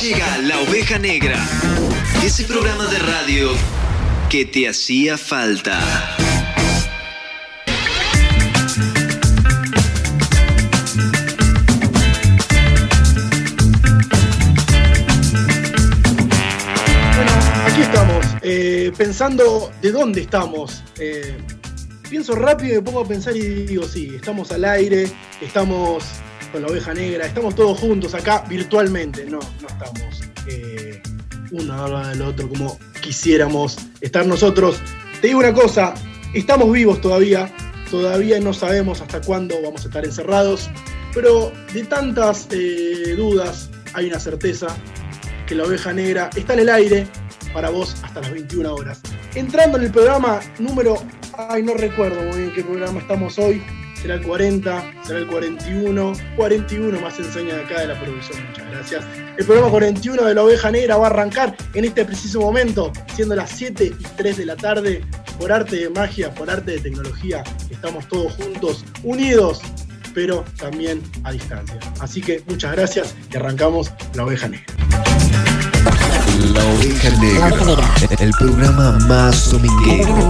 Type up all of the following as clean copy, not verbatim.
llega La Oveja Negra, ese programa de radio que te hacía falta. Bueno, aquí estamos, pensando de dónde estamos. Pienso rápido y me pongo a pensar y digo, sí, estamos al aire, estamos con La Oveja Negra, estamos todos juntos acá virtualmente, no estamos uno al lado del otro como quisiéramos estar nosotros. Te digo una cosa, estamos vivos todavía no sabemos hasta cuándo vamos a estar encerrados, pero de tantas dudas hay una certeza, que La Oveja Negra está en el aire para vos hasta las 21 horas. Entrando en el programa número, no recuerdo muy bien qué programa estamos hoy, será el 40, será el 41 más enseña de acá de la producción, muchas gracias. El programa 41 de La Oveja Negra va a arrancar en este preciso momento, siendo las 7:03 de la tarde, por arte de magia, por arte de tecnología, estamos todos juntos, unidos, pero también a distancia. Así que muchas gracias y arrancamos La Oveja Negra. La Oveja Negra, el programa más dominguero.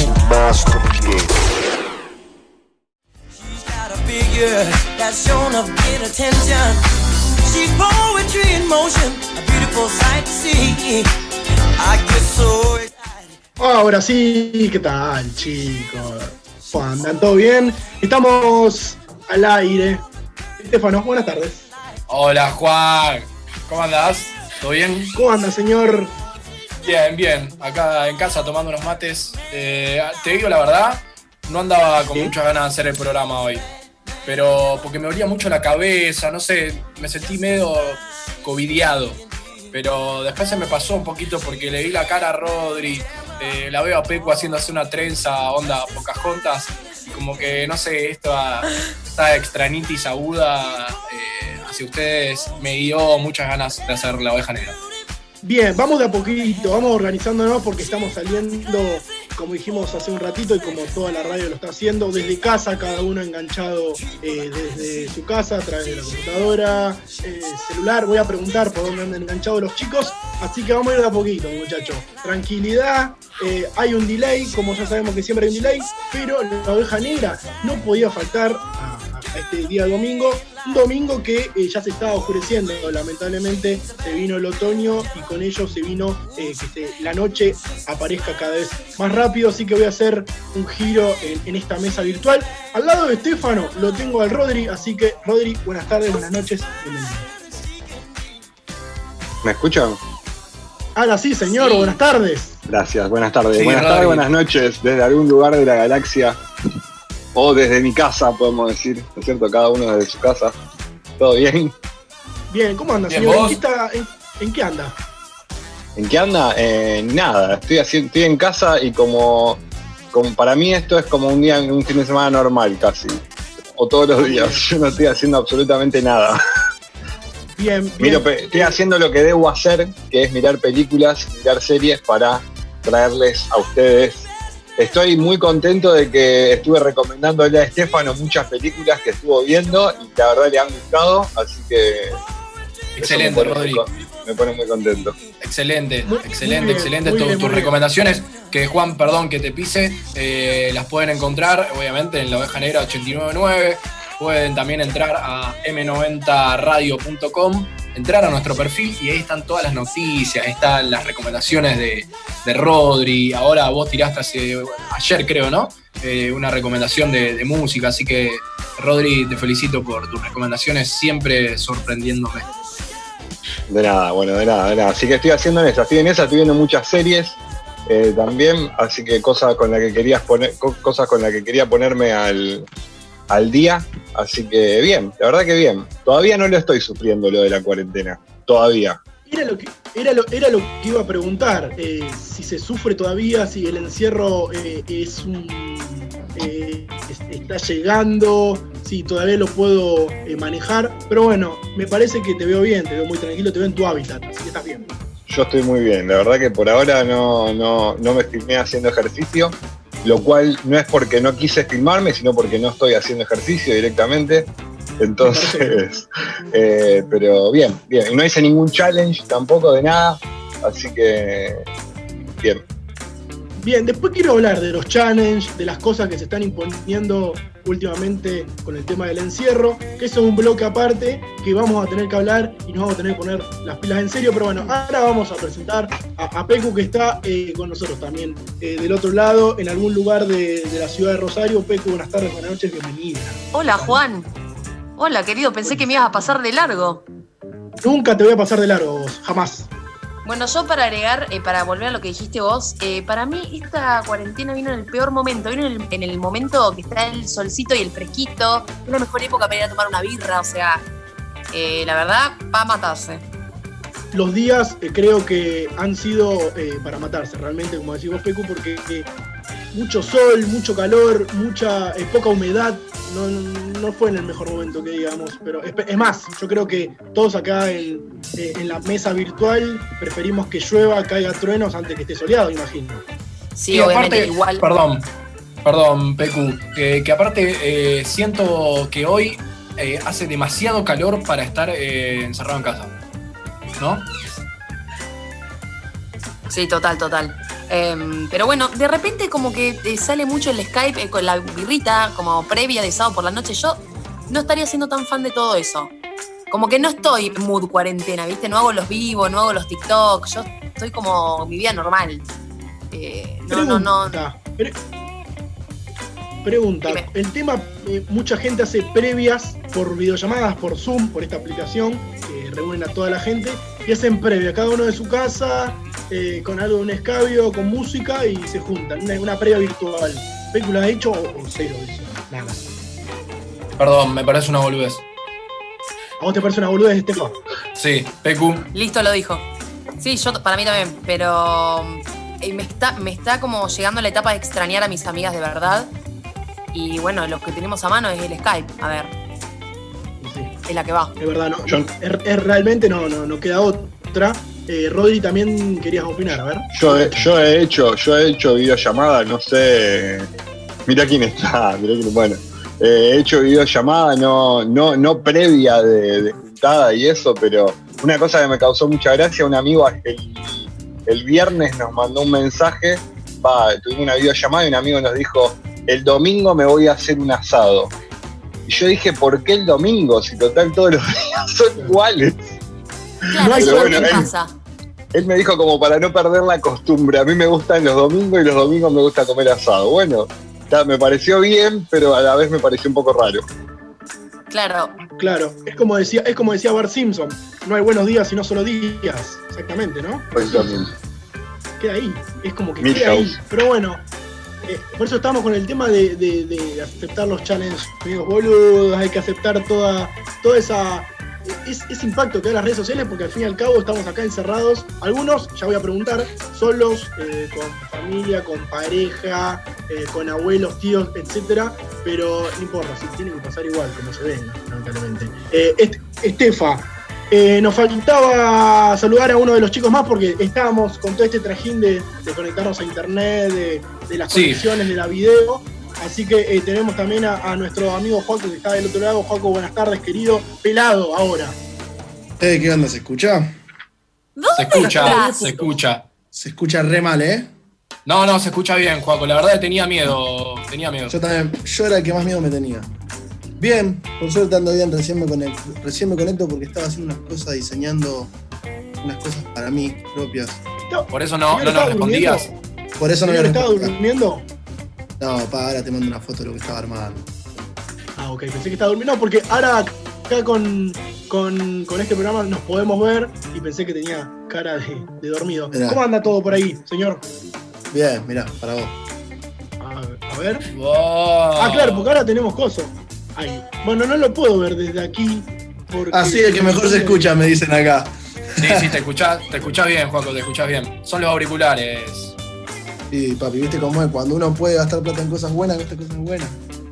That's shown up in attention. She's poetry in motion, a beautiful sight to see. I get so excited. Ahora sí, ¿qué tal, chicos? ¿Cómo andan? ¿Todo bien? Estamos al aire. Estefano, buenas tardes. Hola, Juan. ¿Cómo andás? ¿Todo bien? ¿Cómo anda, señor? Bien. Acá en casa tomando unos mates. Te digo la verdad, no andaba con muchas ganas de hacer el programa hoy. Pero porque me dolía mucho la cabeza, no sé, me sentí medio covidiado. Pero después se me pasó un poquito porque le vi la cara a Rodri, la veo a Pecu haciéndose una trenza, onda Pocahontas. Como que, no sé, esta extranitis aguda hacia ustedes me dio muchas ganas de hacer La Oveja Negra. Bien, vamos de a poquito, vamos organizándonos porque estamos saliendo, como dijimos hace un ratito y como toda la radio lo está haciendo, desde casa, cada uno enganchado desde su casa, a través de la computadora, celular. Voy a preguntar por dónde andan enganchados los chicos, así que vamos a ir de a poquito, muchachos. Tranquilidad, hay un delay, como ya sabemos que siempre hay un delay, pero La Oveja Negra no podía faltar a este día domingo. Un domingo que ya se estaba oscureciendo, lamentablemente se vino el otoño y con ello se vino que la noche aparezca cada vez más rápido, así que voy a hacer un giro en esta mesa virtual. Al lado de Estefano lo tengo al Rodri, así que Rodri, buenas tardes, buenas noches, bienvenido. ¿Me escuchan? Ahora sí, señor, sí. Buenas tardes. Gracias, buenas tardes. Sí, buenas tardes, buenas noches, desde algún lugar de la galaxia. O desde mi casa, podemos decir, ¿no es cierto? Cada uno desde su casa. ¿Todo bien? Bien, ¿cómo anda, Bien, señor? ¿En qué anda? ¿En qué anda? Nada, estoy en casa y como para mí esto es como un fin de semana normal casi. O todos los días, yo no estoy haciendo absolutamente nada. Bien. Estoy haciendo lo que debo hacer, que es mirar películas, mirar series para traerles a ustedes. Estoy muy contento de que estuve recomendándole a Estefano muchas películas que estuvo viendo y la verdad le han gustado, así que... Excelente, Rodri. Me pone muy contento. Excelente bien, tus recomendaciones. Que Juan, perdón que te pise, las pueden encontrar obviamente en La Oveja Negra 899. Pueden también entrar a m90radio.com, entrar a nuestro perfil y ahí están todas las noticias, ahí están las recomendaciones de Rodri. Ahora vos tiraste ayer creo, ¿no? Una recomendación de música, así que Rodri, te felicito por tus recomendaciones, siempre sorprendiéndome. De nada. Así que estoy haciendo en esa, estoy viendo muchas series también, así que cosas con las que quería ponerme al día, así que bien, la verdad que bien. Todavía no lo estoy sufriendo lo de la cuarentena, todavía. Era lo que iba a preguntar, si se sufre todavía, si el encierro está llegando, si todavía lo puedo manejar, pero bueno, me parece que te veo bien, te veo muy tranquilo, te veo en tu hábitat, así que estás bien. Yo estoy muy bien, la verdad que por ahora no me filmé haciendo ejercicio, lo cual no es porque no quise filmarme, sino porque no estoy haciendo ejercicio directamente. Entonces, pero bien. Y no hice ningún challenge tampoco de nada, así que bien. Bien, después quiero hablar de los challenges, de las cosas que se están imponiendo últimamente con el tema del encierro, que eso es un bloque aparte que vamos a tener que hablar y nos vamos a tener que poner las pilas en serio, pero bueno, ahora vamos a presentar a Pecu, que está con nosotros también del otro lado, en algún lugar de la ciudad de Rosario. Pecu, buenas tardes, buenas noches, bienvenida. Hola, Juan. Hola, querido, pensé que me ibas a pasar de largo. Nunca te voy a pasar de largo vos, jamás. Bueno, yo para agregar, para volver a lo que dijiste vos, para mí esta cuarentena vino en el peor momento, vino en el momento que está el solcito y el fresquito, una mejor época para ir a tomar una birra, o sea, la verdad, para matarse. Los días creo que han sido para matarse, realmente, como decís vos, Pecu, porque mucho sol, mucho calor, mucha poca humedad, no fue en el mejor momento que digamos, pero es más, yo creo que todos acá en la mesa virtual preferimos que llueva, caiga truenos antes que esté soleado, imagino. Sí, y obviamente aparte, igual. Perdón, Pecu, que aparte siento que hoy hace demasiado calor para estar encerrado en casa, ¿no? Sí, total. Pero bueno, de repente como que sale mucho el Skype con la birrita como previa de sábado por la noche. Yo no estaría siendo tan fan de todo eso. Como que no estoy mood cuarentena, ¿viste? No hago los vivos, no hago los TikTok. Yo estoy como mi vida normal. Pregunta, Dime. el tema, mucha gente hace previas por videollamadas, por Zoom, por esta aplicación que reúnen a toda la gente y hacen previa, cada uno de su casa, con algo de un escabio, con música y se juntan, una previa virtual. ¿Pecu la ha hecho o cero eso? Nada. Perdón, me parece una boludez. ¿A vos te parece una boludez, Estefan? Sí, Pecu. Listo, lo dijo. Sí, para mí también, pero me está como llegando la etapa de extrañar a mis amigas de verdad. Y bueno, lo que tenemos a mano es el Skype, a ver. Sí. Es la que va. Es verdad, realmente no queda otra. Rodri, también querías opinar, a ver. Yo he hecho videollamada, no sé. Mirá quién está, bueno. He hecho videollamada, no previa de juntada y eso, pero una cosa que me causó mucha gracia, un amigo el viernes nos mandó un mensaje, tuvimos una videollamada y un amigo nos dijo: el domingo me voy a hacer un asado. Y yo dije, ¿por qué el domingo? Si total todos los días son iguales. Claro, eso también pasa. Él me dijo como para no perder la costumbre. A mí me gustan los domingos y los domingos me gusta comer asado. Bueno, me pareció bien, pero a la vez me pareció un poco raro. Claro. Es como decía Bart Simpson, no hay buenos días sino solo días. Exactamente, ¿no? Exactamente. Queda ahí, es como que Milhouse. queda ahí. Pero bueno, por eso estamos con el tema de aceptar los challenges amigos boludos, hay que aceptar toda esa ese impacto que da las redes sociales, porque al fin y al cabo estamos acá encerrados, algunos, ya voy a preguntar, solos, con familia, con pareja, con abuelos, tíos, etcétera, pero no importa, si tiene que pasar igual, como se venga, lamentablemente. Estefa, nos faltaba saludar a uno de los chicos más porque estábamos con todo este trajín de conectarnos a internet, de las conexiones, de la video. Así que tenemos también a nuestro amigo Joaco, que está del otro lado. Joaco, buenas tardes, querido. Pelado ahora. ¿Qué onda? ¿Se escucha? Se escucha. Se escucha re mal, ¿eh? No, se escucha bien, Joaco. La verdad tenía miedo. Yo también. Yo era el que más miedo me tenía. Bien, por suerte ando bien. Recién me conecto porque estaba haciendo unas cosas, diseñando unas cosas para mí propias. Por eso no nos respondías. Por eso no me ¿Estaba durmiendo? No, ahora te mando una foto de lo que estaba armando. Ah, ok, pensé que estaba durmiendo. No, porque ahora acá con este programa nos podemos ver y pensé que tenía cara de dormido. Mirá. ¿Cómo anda todo por ahí, señor? Bien, mirá, para vos. A ver. Wow. Ah, claro, porque ahora tenemos coso. Ahí. Bueno, no lo puedo ver desde aquí. Sí, el que mejor se escucha, me dicen acá. Sí, te escuchás bien, Joaco, te escuchás bien. Son los auriculares. Sí, papi, ¿viste cómo es? Cuando uno puede gastar plata en cosas buenas, gasta cosas buenas.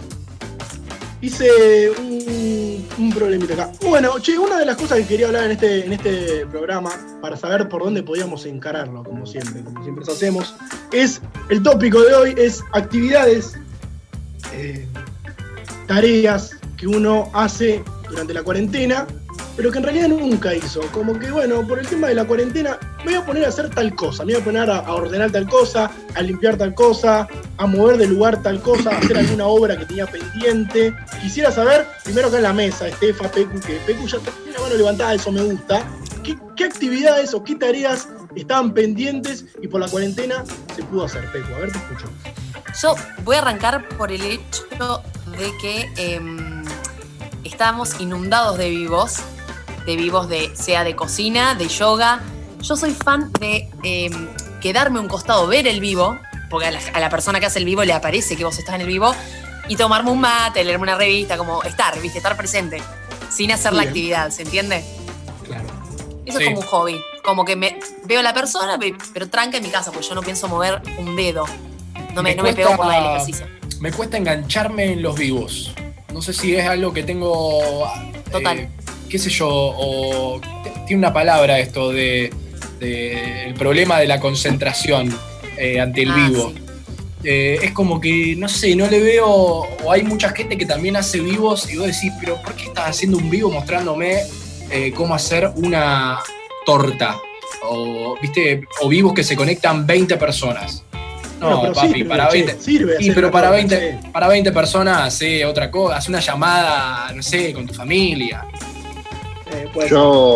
Hice un problemita acá. Bueno, una de las cosas que quería hablar en este programa, para saber por dónde podíamos encararlo, como siempre hacemos, es el tópico de hoy, es actividades, tareas que uno hace durante la cuarentena, pero que en realidad nunca hizo. Como que, bueno, por el tema de la cuarentena, me voy a poner a hacer tal cosa, me voy a poner a ordenar tal cosa, a limpiar tal cosa, a mover de lugar tal cosa, a hacer alguna obra que tenía pendiente. Quisiera saber, primero acá en la mesa, Estefa, Pecu, que Pecu ya tiene la mano levantada, eso me gusta. ¿Qué actividades o qué tareas estaban pendientes y por la cuarentena se pudo hacer, Pecu? A ver, te escucho. Yo voy a arrancar por el hecho de que estábamos inundados de vivos sea de cocina, de yoga. Yo soy fan de quedarme a un costado, ver el vivo, porque a la persona que hace el vivo le aparece que vos estás en el vivo, y tomarme un mate, leerme una revista, como estar presente, sin hacer la actividad, ¿se entiende? Claro. Eso es como un hobby, como que veo a la persona, pero tranca en mi casa, porque yo no pienso mover un dedo. No me pego por el ejercicio. Me cuesta engancharme en los vivos. No sé si es algo que tengo... Total. Qué sé yo, o tiene una palabra esto de el problema de la concentración ante el vivo. Sí. Es como que, no sé, no le veo, o hay mucha gente que también hace vivos y vos decís, pero ¿por qué estás haciendo un vivo mostrándome cómo hacer una torta? O, ¿viste? O vivos que se conectan 20 personas. No, bueno, papi, sirve, para 20. Sirve, sí, pero para 20 personas, sí, otra cosa. Haz una llamada, no sé, con tu familia. Yo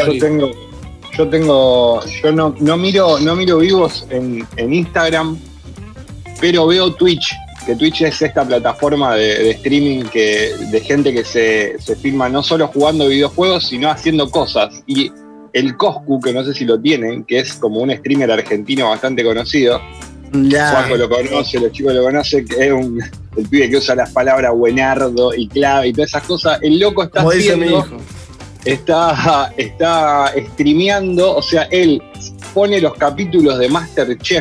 no miro vivos en Instagram, pero veo Twitch, que Twitch es esta plataforma de streaming de gente que se filma no solo jugando videojuegos, sino haciendo cosas. Y el Coscu, que no sé si lo tienen, que es como un streamer argentino bastante conocido, Juanjo lo conoce, los chicos lo conocen, que es el pibe que usa las palabras buenardo y clave y todas esas cosas. El loco está haciendo... Está streameando, o sea, él pone los capítulos de MasterChef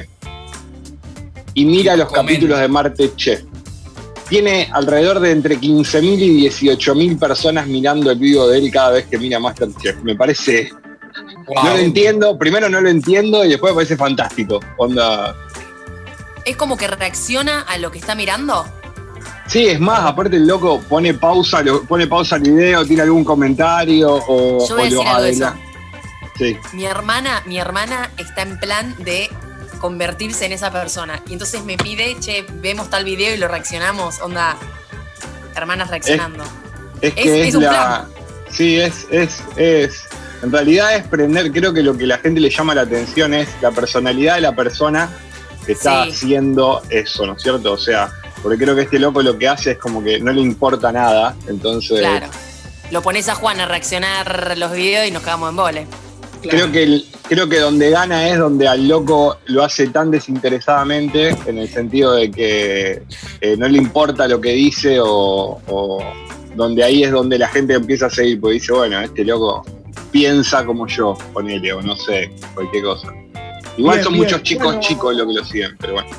y mira los capítulos de MasterChef. Tiene alrededor de entre 15.000 y 18.000 personas mirando el video de él cada vez que mira MasterChef. Me parece... Wow. No lo entiendo, primero no lo entiendo y después me parece fantástico. Onda... ¿Es como que reacciona a lo que está mirando? Sí, es más, aparte el loco pone pausa al video, tiene algún comentario o... Yo voy a decir algo de eso. Sí. Mi hermana está en plan de convertirse en esa persona. Y entonces me pide, che, vemos tal video y lo reaccionamos. Onda, hermanas reaccionando. Es un plan. Sí, es. En realidad es prender, creo que lo que la gente le llama la atención es la personalidad de la persona que está haciendo eso, ¿no es cierto? O sea... Porque creo que este loco lo que hace es como que no le importa nada, entonces... Claro. Lo pones a Juan a reaccionar los videos y nos cagamos en vole. Claro. Creo que donde gana es donde al loco lo hace tan desinteresadamente, en el sentido de que no le importa lo que dice o donde ahí es donde la gente empieza a seguir, porque dice, bueno, este loco piensa como yo, ponele, o no sé, cualquier cosa. Igual son muchos chicos lo que lo siguen, pero bueno.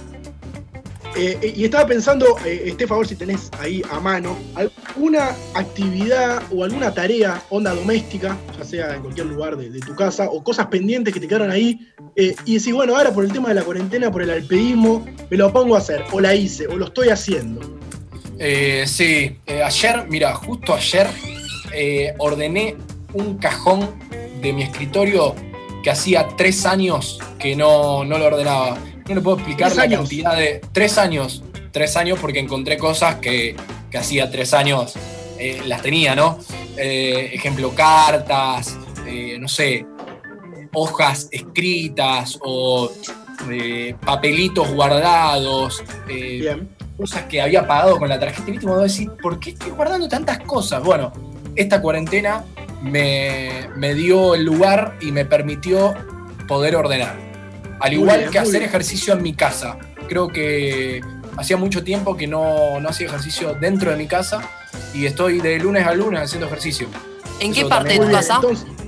Y estaba pensando, Estefa, a ver si tenés ahí a mano alguna actividad o alguna tarea, onda doméstica, ya sea en cualquier lugar de tu casa, o cosas pendientes que te quedaron ahí, y decís, bueno, ahora por el tema de la cuarentena, por el alpedismo, me lo pongo a hacer, o la hice, o lo estoy haciendo. Sí, justo ayer ordené un cajón de mi escritorio que hacía 3 años que no lo ordenaba. No le puedo explicar la cantidad de... 3 años. 3 años porque encontré cosas que hacía 3 años las tenía, ¿no? Ejemplo, cartas, no sé, hojas escritas o papelitos guardados. Cosas que había pagado con la tarjeta. Y viste, cuando decís, ¿por qué estoy guardando tantas cosas? Bueno, esta cuarentena me dio el lugar y me permitió poder ordenar. Al igual que hacer ejercicio en mi casa. Creo que hacía mucho tiempo que no hacía ejercicio dentro de mi casa y estoy de lunes a lunes haciendo ejercicio. ¿En qué parte de tu casa?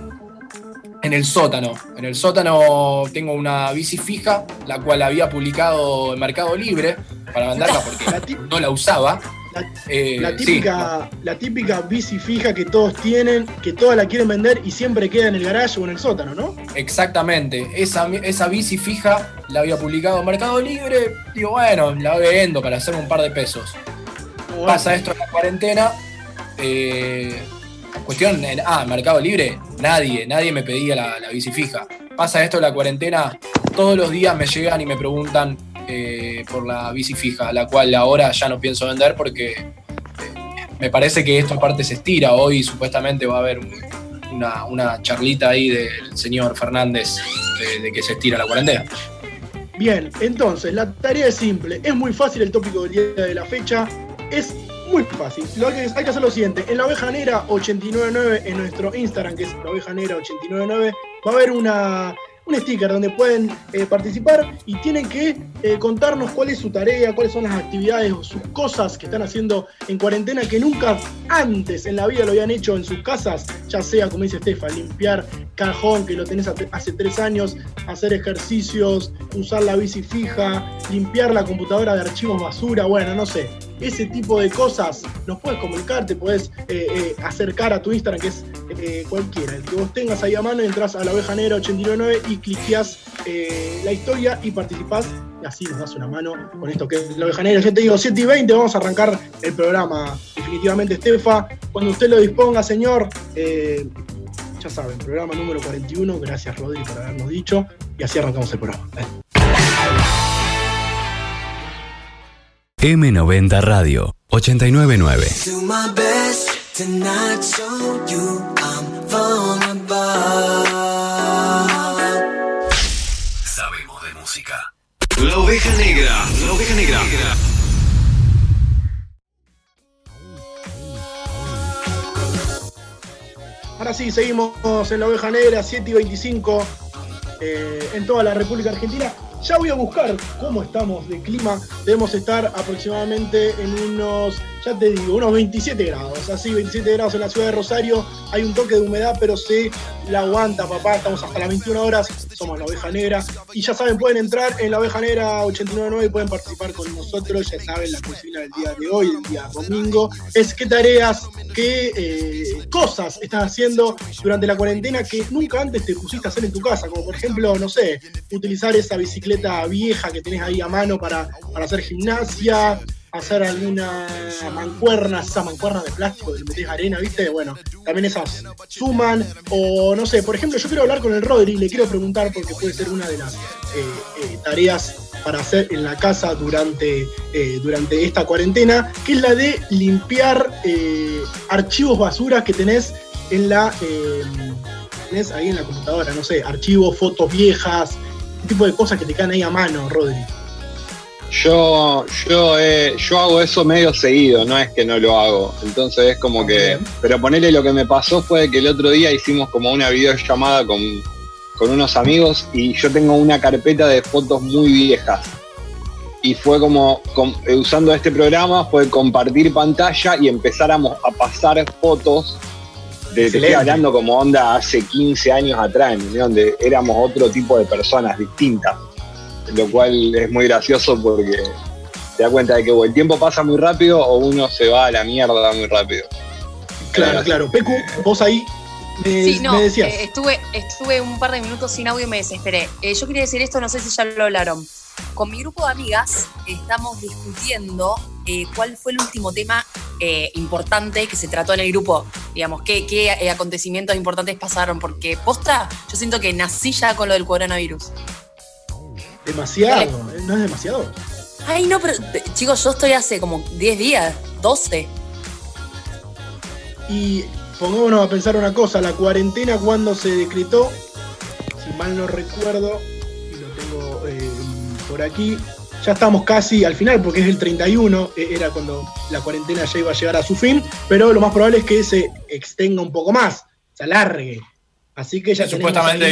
En el sótano. En el sótano tengo una bici fija, la cual había publicado en Mercado Libre para venderla porque no la usaba. La típica bici fija que todos tienen, que todas la quieren vender y siempre queda en el garaje o en el sótano, ¿no? Exactamente, esa bici fija la había publicado en Mercado Libre, digo, bueno, la vendo para hacerme un par de pesos. Pasa esto en la cuarentena cuestión en Mercado Libre, nadie me pedía la bici fija. Pasa esto de la cuarentena, todos los días me llegan y me preguntan por la bici fija, la cual ahora ya no pienso vender porque me parece que esto aparte se estira. Hoy supuestamente va a haber una charlita ahí del señor Fernández de que se estira la cuarentena. Bien, entonces la tarea es simple, es muy fácil el tópico del día de la fecha, es muy fácil. Hay que hacer lo siguiente: en la Oveja Negra 899, en nuestro Instagram, que es la Oveja Negra 899, va a haber un sticker donde pueden participar y tienen que contarnos cuál es su tarea, cuáles son las actividades o sus cosas que están haciendo en cuarentena que nunca antes en la vida lo habían hecho en sus casas, ya sea, como dice Estefa, limpiar cajón que lo tenés hace 3 años, hacer ejercicios, usar la bici fija, limpiar la computadora de archivos basura, bueno, no sé. Ese tipo de cosas nos puedes comunicar, te puedes acercar a tu Instagram, que es cualquiera, el que vos tengas ahí a mano, entras a la Oveja Negra 899 y cliqueás la historia y participás, y así nos das una mano con esto que es la Oveja Negra. Yo te digo 7:20, vamos a arrancar el programa definitivamente, Estefa, cuando usted lo disponga, señor. Ya saben, programa número 41, gracias Rodri por habernos dicho, y así arrancamos el programa. M90 Radio 899. Sabemos de música. La Oveja Negra. La Oveja Negra. Ahora sí, seguimos en la Oveja Negra, 7:25 en toda la República Argentina. Ya voy a buscar cómo estamos de clima. Debemos estar aproximadamente en unos 27 grados. Así, 27 grados en la ciudad de Rosario. Hay un toque de humedad, pero se la aguanta, papá. Estamos hasta las 21 horas. Somos la Oveja Negra. Y ya saben, pueden entrar en la Oveja Negra 899 y pueden participar con nosotros. Ya saben, la consigna del día de hoy, del día domingo, es qué tareas, qué cosas estás haciendo durante la cuarentena que nunca antes te pusiste a hacer en tu casa. Como por ejemplo, no sé, utilizar esa bicicleta vieja que tenés ahí a mano para hacer gimnasia, hacer alguna mancuerna, esa mancuerna de plástico que le metés arena, ¿viste? Bueno, también esas suman. O no sé, por ejemplo, yo quiero hablar con el Rodri y le quiero preguntar, porque puede ser una de las tareas para hacer en la casa durante esta cuarentena, que es la de limpiar archivos basuras que tenés tenés ahí en la computadora, no sé, archivos, fotos viejas, un tipo de cosas que te quedan ahí a mano, Rodri. Yo hago eso medio seguido, no es que no lo hago. Entonces es como que... Pero ponele, lo que me pasó fue que el otro día hicimos como una videollamada con unos amigos y yo tengo una carpeta de fotos muy viejas. Y fue como, usando este programa, fue compartir pantalla y empezáramos a pasar fotos te estoy hablando como onda hace 15 años atrás, donde éramos otro tipo de personas distintas. Lo cual es muy gracioso porque te das cuenta de que o el tiempo pasa muy rápido o uno se va a la mierda muy rápido. Claro. Pecu, vos ahí me decías. Estuve un par de minutos sin audio y me desesperé. Yo quería decir esto, no sé si ya lo hablaron. Con mi grupo de amigas estamos discutiendo cuál fue el último tema importante que se trató en el grupo. Digamos, qué acontecimientos importantes pasaron. Porque, posta, yo siento que nací ya con lo del coronavirus. Demasiado, ¿no es demasiado? Ay, no, pero chicos, yo estoy hace como 10 días, 12. Y pongámonos a pensar una cosa, la cuarentena cuando se decretó, si mal no recuerdo, y lo tengo por aquí, ya estamos casi al final porque es el 31, era cuando la cuarentena ya iba a llegar a su fin, pero lo más probable es que se extenga un poco más, se alargue. Así que ya supuestamente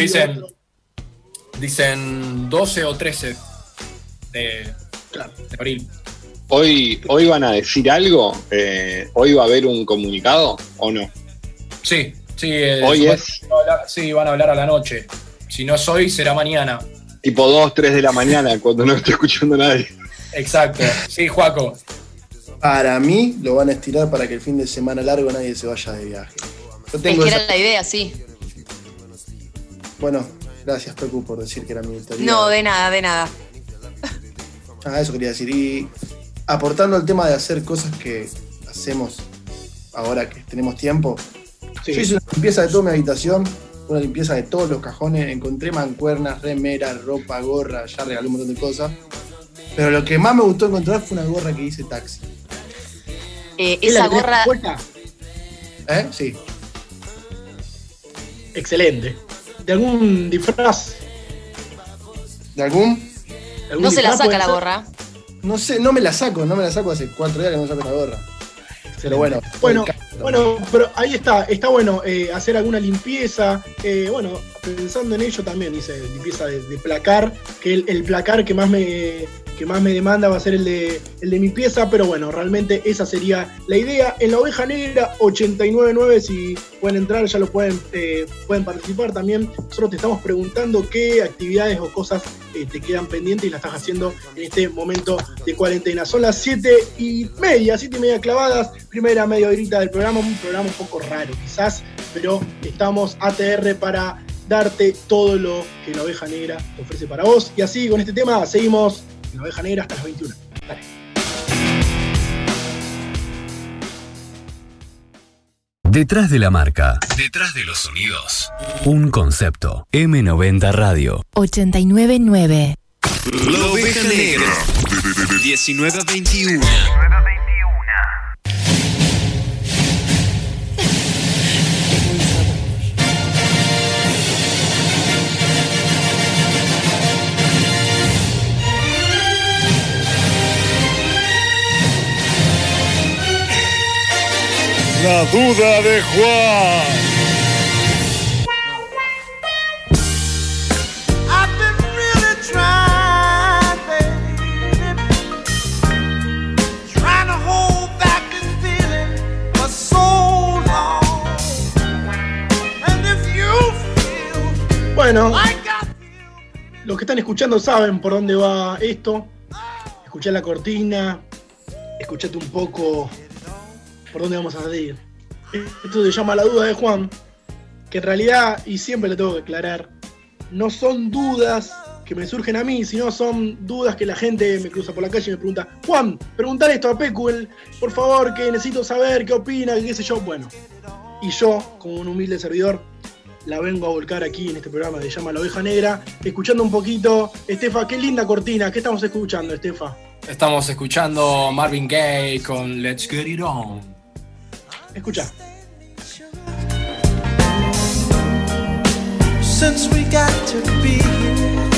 dicen 12 o 13 de abril. ¿Hoy van a decir algo? ¿Hoy va a haber un comunicado o no? Sí. ¿Hoy es? Sí, van a hablar a la noche. Si no es hoy, será mañana. Tipo 2, 3 de la mañana, cuando no esté escuchando a nadie. Exacto. Sí, Juaco. Para mí, lo van a estirar para que el fin de semana largo nadie se vaya de viaje. Es que era la idea, sí. Bueno, gracias, Pecu, por decir que era mi teoría. No, de nada. Eso quería decir. Y aportando al tema de hacer cosas que hacemos ahora que tenemos tiempo. Sí. Yo hice una limpieza de toda mi habitación, una limpieza de todos los cajones, encontré mancuernas, remeras, ropa, gorra, ya regalé un montón de cosas. Pero lo que más me gustó encontrar fue una gorra que dice taxi. Esa gorra. Sí. Excelente. ¿De algún disfraz? ¿De algún? No se la disfraz saca puede la ser? gorra. No sé, no me la saco hace 4 días que no me saco la gorra. Pero bueno. Bueno, pero ahí está bueno hacer alguna limpieza, bueno, pensando en ello también, dice, limpieza de placar, que el placar que más me demanda va a ser el de mi pieza, pero bueno, realmente esa sería la idea. En la Oveja Negra 899, si pueden entrar, ya lo pueden participar también. Nosotros te estamos preguntando qué actividades o cosas te quedan pendientes y las estás haciendo en este momento de cuarentena. Son las 7:30 clavadas, primera media horita del programa, un programa un poco raro quizás, pero estamos ATR para darte todo lo que la Oveja Negra te ofrece para vos. Y así con este tema seguimos en la Oveja Negra hasta las 21. Dale. Detrás de la marca. Detrás de los sonidos. Un concepto. M90 Radio. 899. La Oveja Negra. 19 a 21. La duda de Juan. I've been really trying, baby, trying to hold back this feeling for so long. And if you feel Bueno, like I los que están escuchando saben por dónde va esto. Escuchá la cortina, escuchate un poco por dónde vamos a salir. Esto se llama La Duda de Juan, que en realidad, y siempre le tengo que aclarar, no son dudas que me surgen a mí, sino son dudas que la gente me cruza por la calle y me pregunta: Juan, preguntar esto a Pecu, por favor, que necesito saber qué opina, qué sé yo. Bueno, y yo, como un humilde servidor, la vengo a volcar aquí en este programa que se llama La Oveja Negra, escuchando un poquito. Estefa, qué linda cortina. ¿Qué estamos escuchando, Estefa? Estamos escuchando Marvin Gaye con Let's Get It On. Escucha. since we got to be here.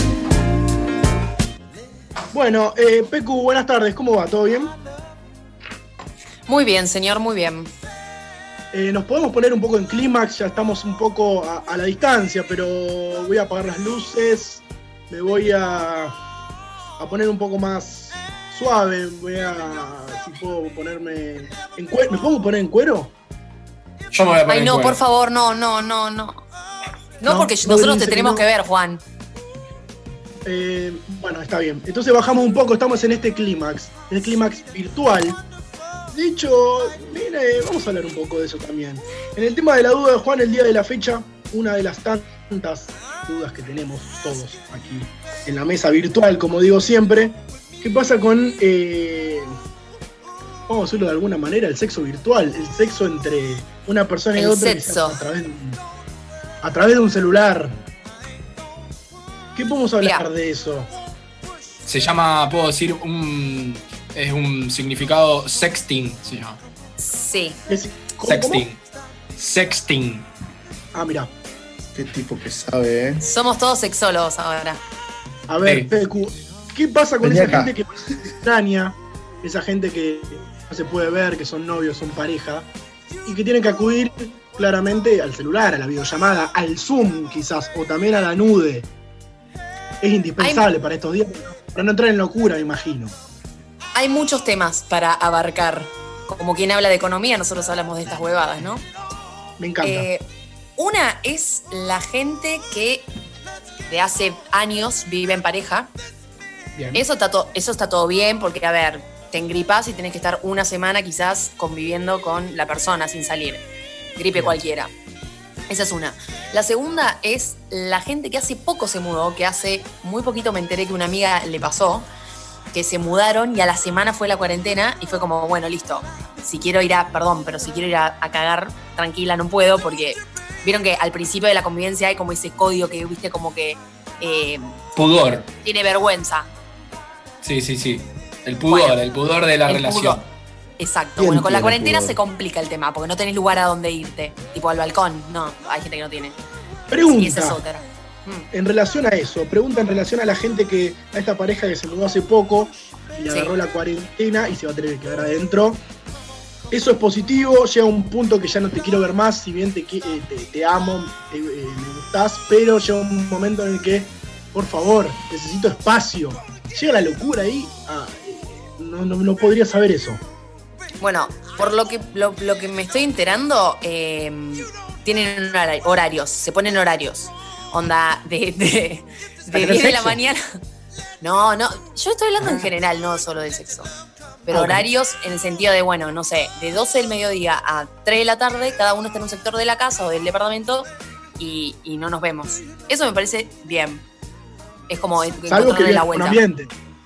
Bueno, Pecu, buenas tardes. ¿Cómo va? ¿Todo bien? Muy bien, señor, muy bien. Nos podemos poner un poco en clímax, ya estamos un poco a la distancia, pero voy a apagar las luces, me voy a poner un poco más suave, si puedo ponerme en cuero. ¿Me puedo poner en cuero? Yo me voy a poner Ay, no, en cuero. por favor, no. No, porque nosotros te tenemos que ver, Juan. Bueno, está bien. Entonces bajamos un poco, estamos en este clímax, en el clímax virtual. De hecho, mire, vamos a hablar un poco de eso también. En el tema de la duda de Juan, el día de la fecha, una de las tantas dudas que tenemos todos aquí en la mesa virtual, como digo siempre, ¿qué pasa con, vamos a decirlo de alguna manera, el sexo virtual? El sexo entre una persona y El otra sexo. a través de un celular. ¿Qué podemos hablar Mirá. de eso? Se llama, puedo decir, es un significado sexting, se llama. Sí. ¿Cómo? Sexting. Sexting. Ah, mira. Qué tipo que sabe, ¿eh? Somos todos sexólogos ahora. A ver, Sí. Pecu, ¿qué pasa con Vení esa acá. gente que más extraña? Esa gente que no se puede ver, que son novios, son pareja, y que tienen que acudir claramente al celular, a la videollamada, al Zoom quizás, o también a la nude. Es indispensable para estos días, para no entrar en locura, me imagino. Hay muchos temas para abarcar. Como quien habla de economía, nosotros hablamos de estas huevadas, ¿no? Me encanta. Una es la gente que de hace años vive en pareja. Bien. Eso está todo bien porque, a ver, te engripás y tenés que estar una semana quizás conviviendo con la persona sin salir. Gripe Bien. cualquiera. Esa es una. La segunda es la gente que hace poco se mudó, que hace muy poquito me enteré que una amiga le pasó, que se mudaron y a la semana fue la cuarentena y fue como, bueno, listo. Si quiero ir a cagar tranquila no puedo porque vieron que al principio de la convivencia hay como ese código que viste como que... pudor. Tiene vergüenza. Sí. El pudor de la relación. Pudor. Exacto. Bueno, con la cuarentena se complica el tema porque no tenés lugar a donde irte. Tipo al balcón. No, hay gente que no tiene. Pregunta. Sí, esa es otra. En relación a eso, pregunta en relación a la gente a esta pareja que se mudó hace poco y le agarró la cuarentena y se va a tener que quedar adentro. Eso es positivo, llega un punto que ya no te quiero ver más, si bien te amo, me gustás, pero llega un momento en el que, por favor, necesito espacio. Llega la locura ahí, no podría saber eso. Bueno, por lo que me estoy enterando, tienen horarios, se ponen horarios. Onda, de 10 de la mañana. No, yo estoy hablando en general, no solo de sexo. Pero horarios en el sentido de, bueno, no sé, de 12 del mediodía a 3 de la tarde, cada uno está en un sector de la casa o del departamento y no nos vemos. Eso me parece bien. Es como encontrarle la vuelta. Ambiente.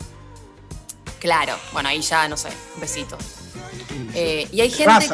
Claro, bueno, ahí ya, no sé, un besito. Y hay gente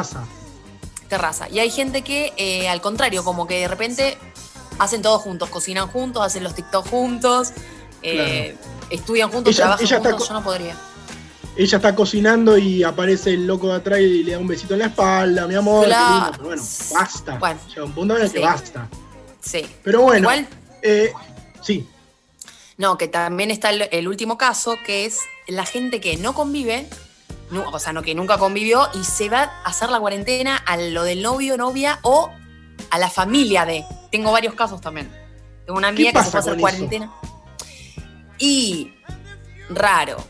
terraza. Y hay gente que, al contrario, como que de repente hacen todo juntos, cocinan juntos, hacen los TikTok juntos, estudian juntos, trabajan juntos, yo no podría. Ella está cocinando y aparece el loco de atrás y le da un besito en la espalda, mi amor. Claro. Pero bueno, basta. Bueno, llega un punto en el que basta. Sí. Pero bueno. Igual, sí. No, que también está el último caso, que es la gente que no convive, o sea, que nunca convivió y se va a hacer la cuarentena a lo del novio, novia o a la familia de. Tengo varios casos también. Tengo una amiga que se fue a hacer cuarentena. Y raro.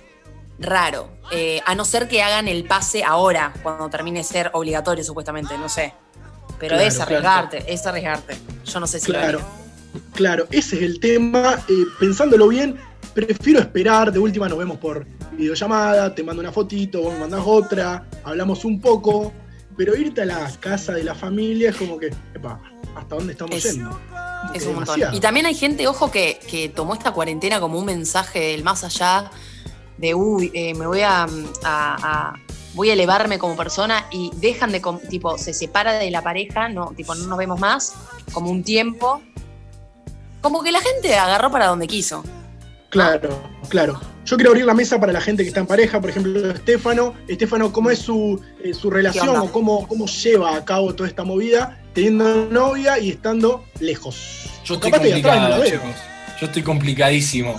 A no ser que hagan el pase ahora, cuando termine de ser obligatorio, supuestamente, no sé. Pero es arriesgarte. Yo no sé si lo haría. Claro, ese es el tema. Pensándolo bien, prefiero esperar. De última nos vemos por videollamada, te mando una fotito, vos me mandás otra, hablamos un poco. Pero irte a la casa de la familia es como que, ¿hasta dónde estamos yendo? Es un montón. Y también hay gente, ojo, que tomó esta cuarentena como un mensaje del más allá de, me voy voy a elevarme como persona y dejan de, tipo, se separa de la pareja, no nos vemos más, como un tiempo. Como que la gente agarró para donde quiso. Claro. Yo quiero abrir la mesa para la gente que está en pareja, por ejemplo, Estefano, ¿cómo es su relación o cómo lleva a cabo toda esta movida teniendo novia y estando lejos? Yo estoy complicado, chicos. Yo estoy complicadísimo.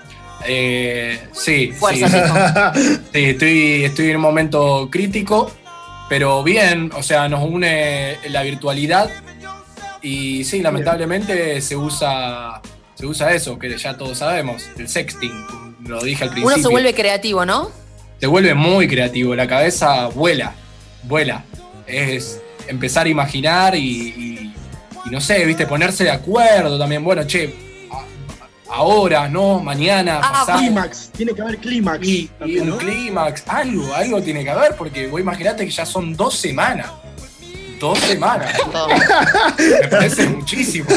Sí. Fuerza, sí, estoy en un momento crítico, pero bien, o sea, nos une la virtualidad y sí, lamentablemente se usa eso, que ya todos sabemos, el sexting, lo dije al principio. Uno se vuelve creativo, ¿no? Se vuelve muy creativo, la cabeza vuela. Es empezar a imaginar y no sé, viste, ponerse de acuerdo también. Bueno, ahora, ¿no? Mañana, pasado. Clímax, tiene que haber clímax. Y un clímax, algo tiene que haber, porque vos imaginate que ya son 2 semanas. 2 semanas. Me parece muchísimo.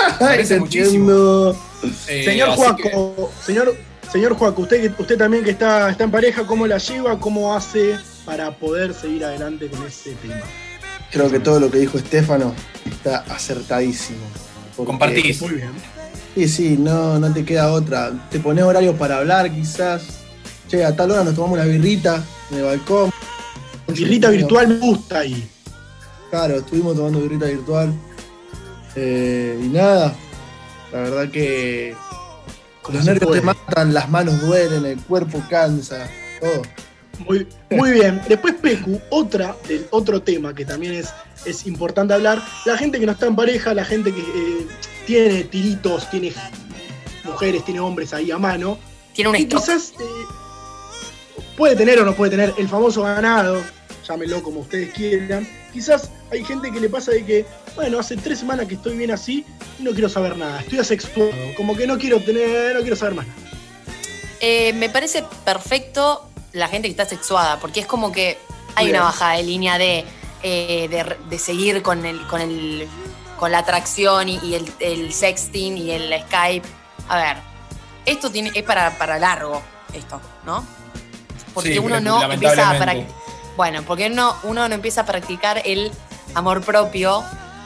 Señor Joaco, señor Joaco, usted también que está en pareja, ¿cómo la lleva? ¿Cómo hace para poder seguir adelante con ese tema? Creo que todo lo que dijo Estefano está acertadísimo. Compartís. Muy bien. Sí, no te queda otra. Te pones horarios para hablar, quizás. Che, a tal hora nos tomamos una birrita en el balcón. Birrita virtual me gusta ahí. Claro, estuvimos tomando birrita virtual. Y nada, la verdad que los nervios te matan, las manos duelen, el cuerpo cansa, todo. Muy bien. Después, Pecu, otro tema que también es importante hablar. La gente que no está en pareja, la gente que tiene tiritos, tiene mujeres, tiene hombres ahí a mano. Tiene un stock. Quizás puede tener o no puede tener el famoso ganado, llámenlo como ustedes quieran. Quizás hay gente que le pasa de que, bueno, hace 3 semanas que estoy bien así y no quiero saber nada, estoy asexuado, como que no quiero saber más nada. Me parece perfecto la gente que está sexuada, porque es como que hay una bajada de línea de seguir con la atracción y el sexting y el Skype. A ver, esto es para largo. esto, ¿no? Porque Sí, uno no empieza a lamentablemente. porque uno no empieza a practicar el amor propio,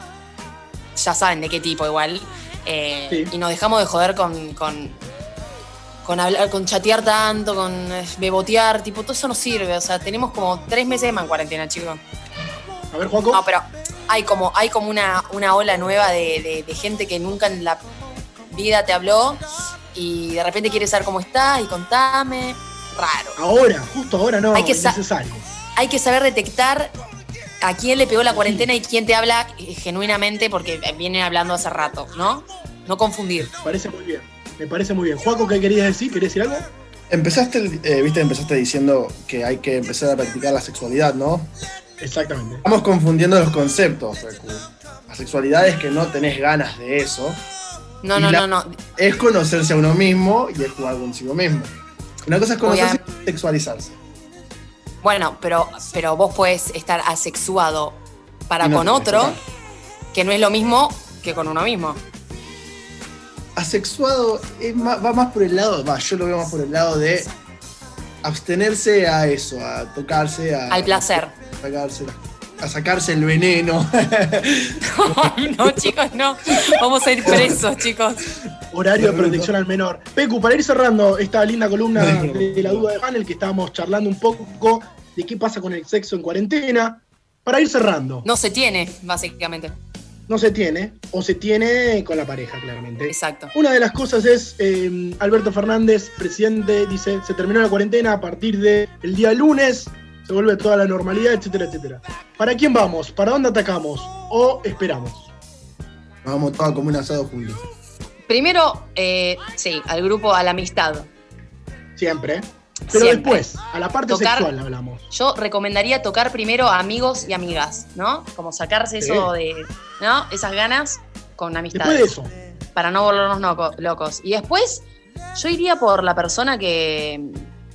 ya saben de qué tipo igual, Sí. y nos dejamos de joder con hablar, con chatear tanto, con bebotear, tipo, todo eso no sirve. O sea, tenemos como 3 meses más en cuarentena, chicos. A ver, Juaco. No, pero hay como una ola nueva de gente que nunca en la vida te habló y de repente quiere saber cómo estás y contame. Raro. Ahora, justo ahora no, Hay que es necesario. Hay que saber detectar a quién le pegó la cuarentena y quién te habla genuinamente porque viene hablando hace rato, ¿no? No confundir. Me parece muy bien. Me parece muy bien. Juaco, ¿qué querías decir? ¿Querías decir algo? Empezaste diciendo que hay que empezar a practicar la sexualidad, ¿no? Exactamente. Estamos confundiendo los conceptos, Recu. La sexualidad es que no tenés ganas de eso. No. Es conocerse a uno mismo y es jugar consigo mismo. Una cosa es conocerse y sexualizarse. Bueno, pero vos podés estar asexuado para Y no con te otro, tocar. que no es lo mismo que con uno mismo. Asexuado va más por el lado, yo lo veo más por el lado de abstenerse a eso, a tocarse, Al placer. A sacarse el veneno. No, chicos, no. Vamos a ir presos, chicos. Horario de protección al menor. Pecu, para ir cerrando esta linda columna de la duda de Juan, en el que estábamos charlando un poco de qué pasa con el sexo en cuarentena, para ir cerrando. No se tiene, básicamente. No se tiene, o se tiene con la pareja, claramente. Exacto. Una de las cosas es, Alberto Fernández, presidente, dice, se terminó la cuarentena a partir del día lunes, se vuelve toda la normalidad, etcétera, etcétera. ¿Para quién vamos? ¿Para dónde atacamos? ¿O esperamos? Vamos todos como un asado juntos. Primero, sí, al grupo, a la amistad. Siempre. Pero Siempre. después, a la parte Tocar- sexual hablamos. Yo recomendaría tocar primero a amigos y amigas, ¿no? Como sacarse Sí. eso de, ¿no? Esas ganas con amistades. Después de eso, Para no volvernos locos. Y después, yo iría por la persona que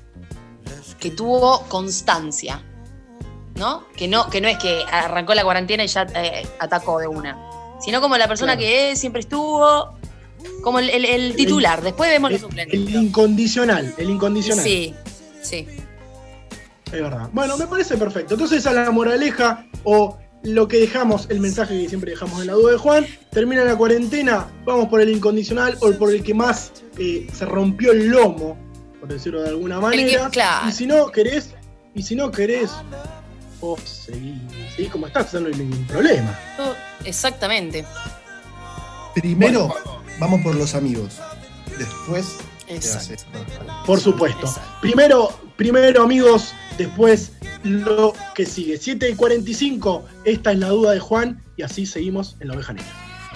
tuvo constancia, ¿no? Que no es que arrancó la cuarentena y ya atacó de una. Sino como la persona Claro. que siempre estuvo, como el titular. Después vemos los el suplentes. incondicional, Sí, sí. Es verdad. Bueno, me parece perfecto. Entonces, a la moraleja, o lo que dejamos, el mensaje que siempre dejamos en la duda de Juan, termina la cuarentena, vamos por el incondicional o por el que más se rompió el lomo, por decirlo de alguna manera. claro. Y si no querés, vos seguís como estás, no hay ningún problema. Exactamente. Primero, vamos por los amigos. Después, Exacto. Por supuesto. Exacto. Primero amigos, después lo que sigue. 7:45, esta es la duda de Juan y así seguimos en la Oveja Negra.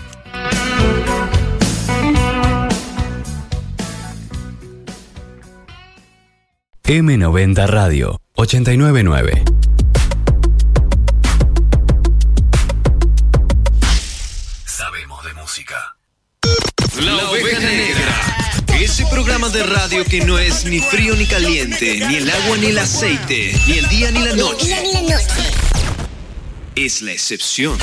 M90 Radio 899. Sabemos de música. La Oveja Negra. Ese programa de radio que no es ni frío ni caliente, ni el agua ni el aceite, ni el día ni la noche. Es la excepción.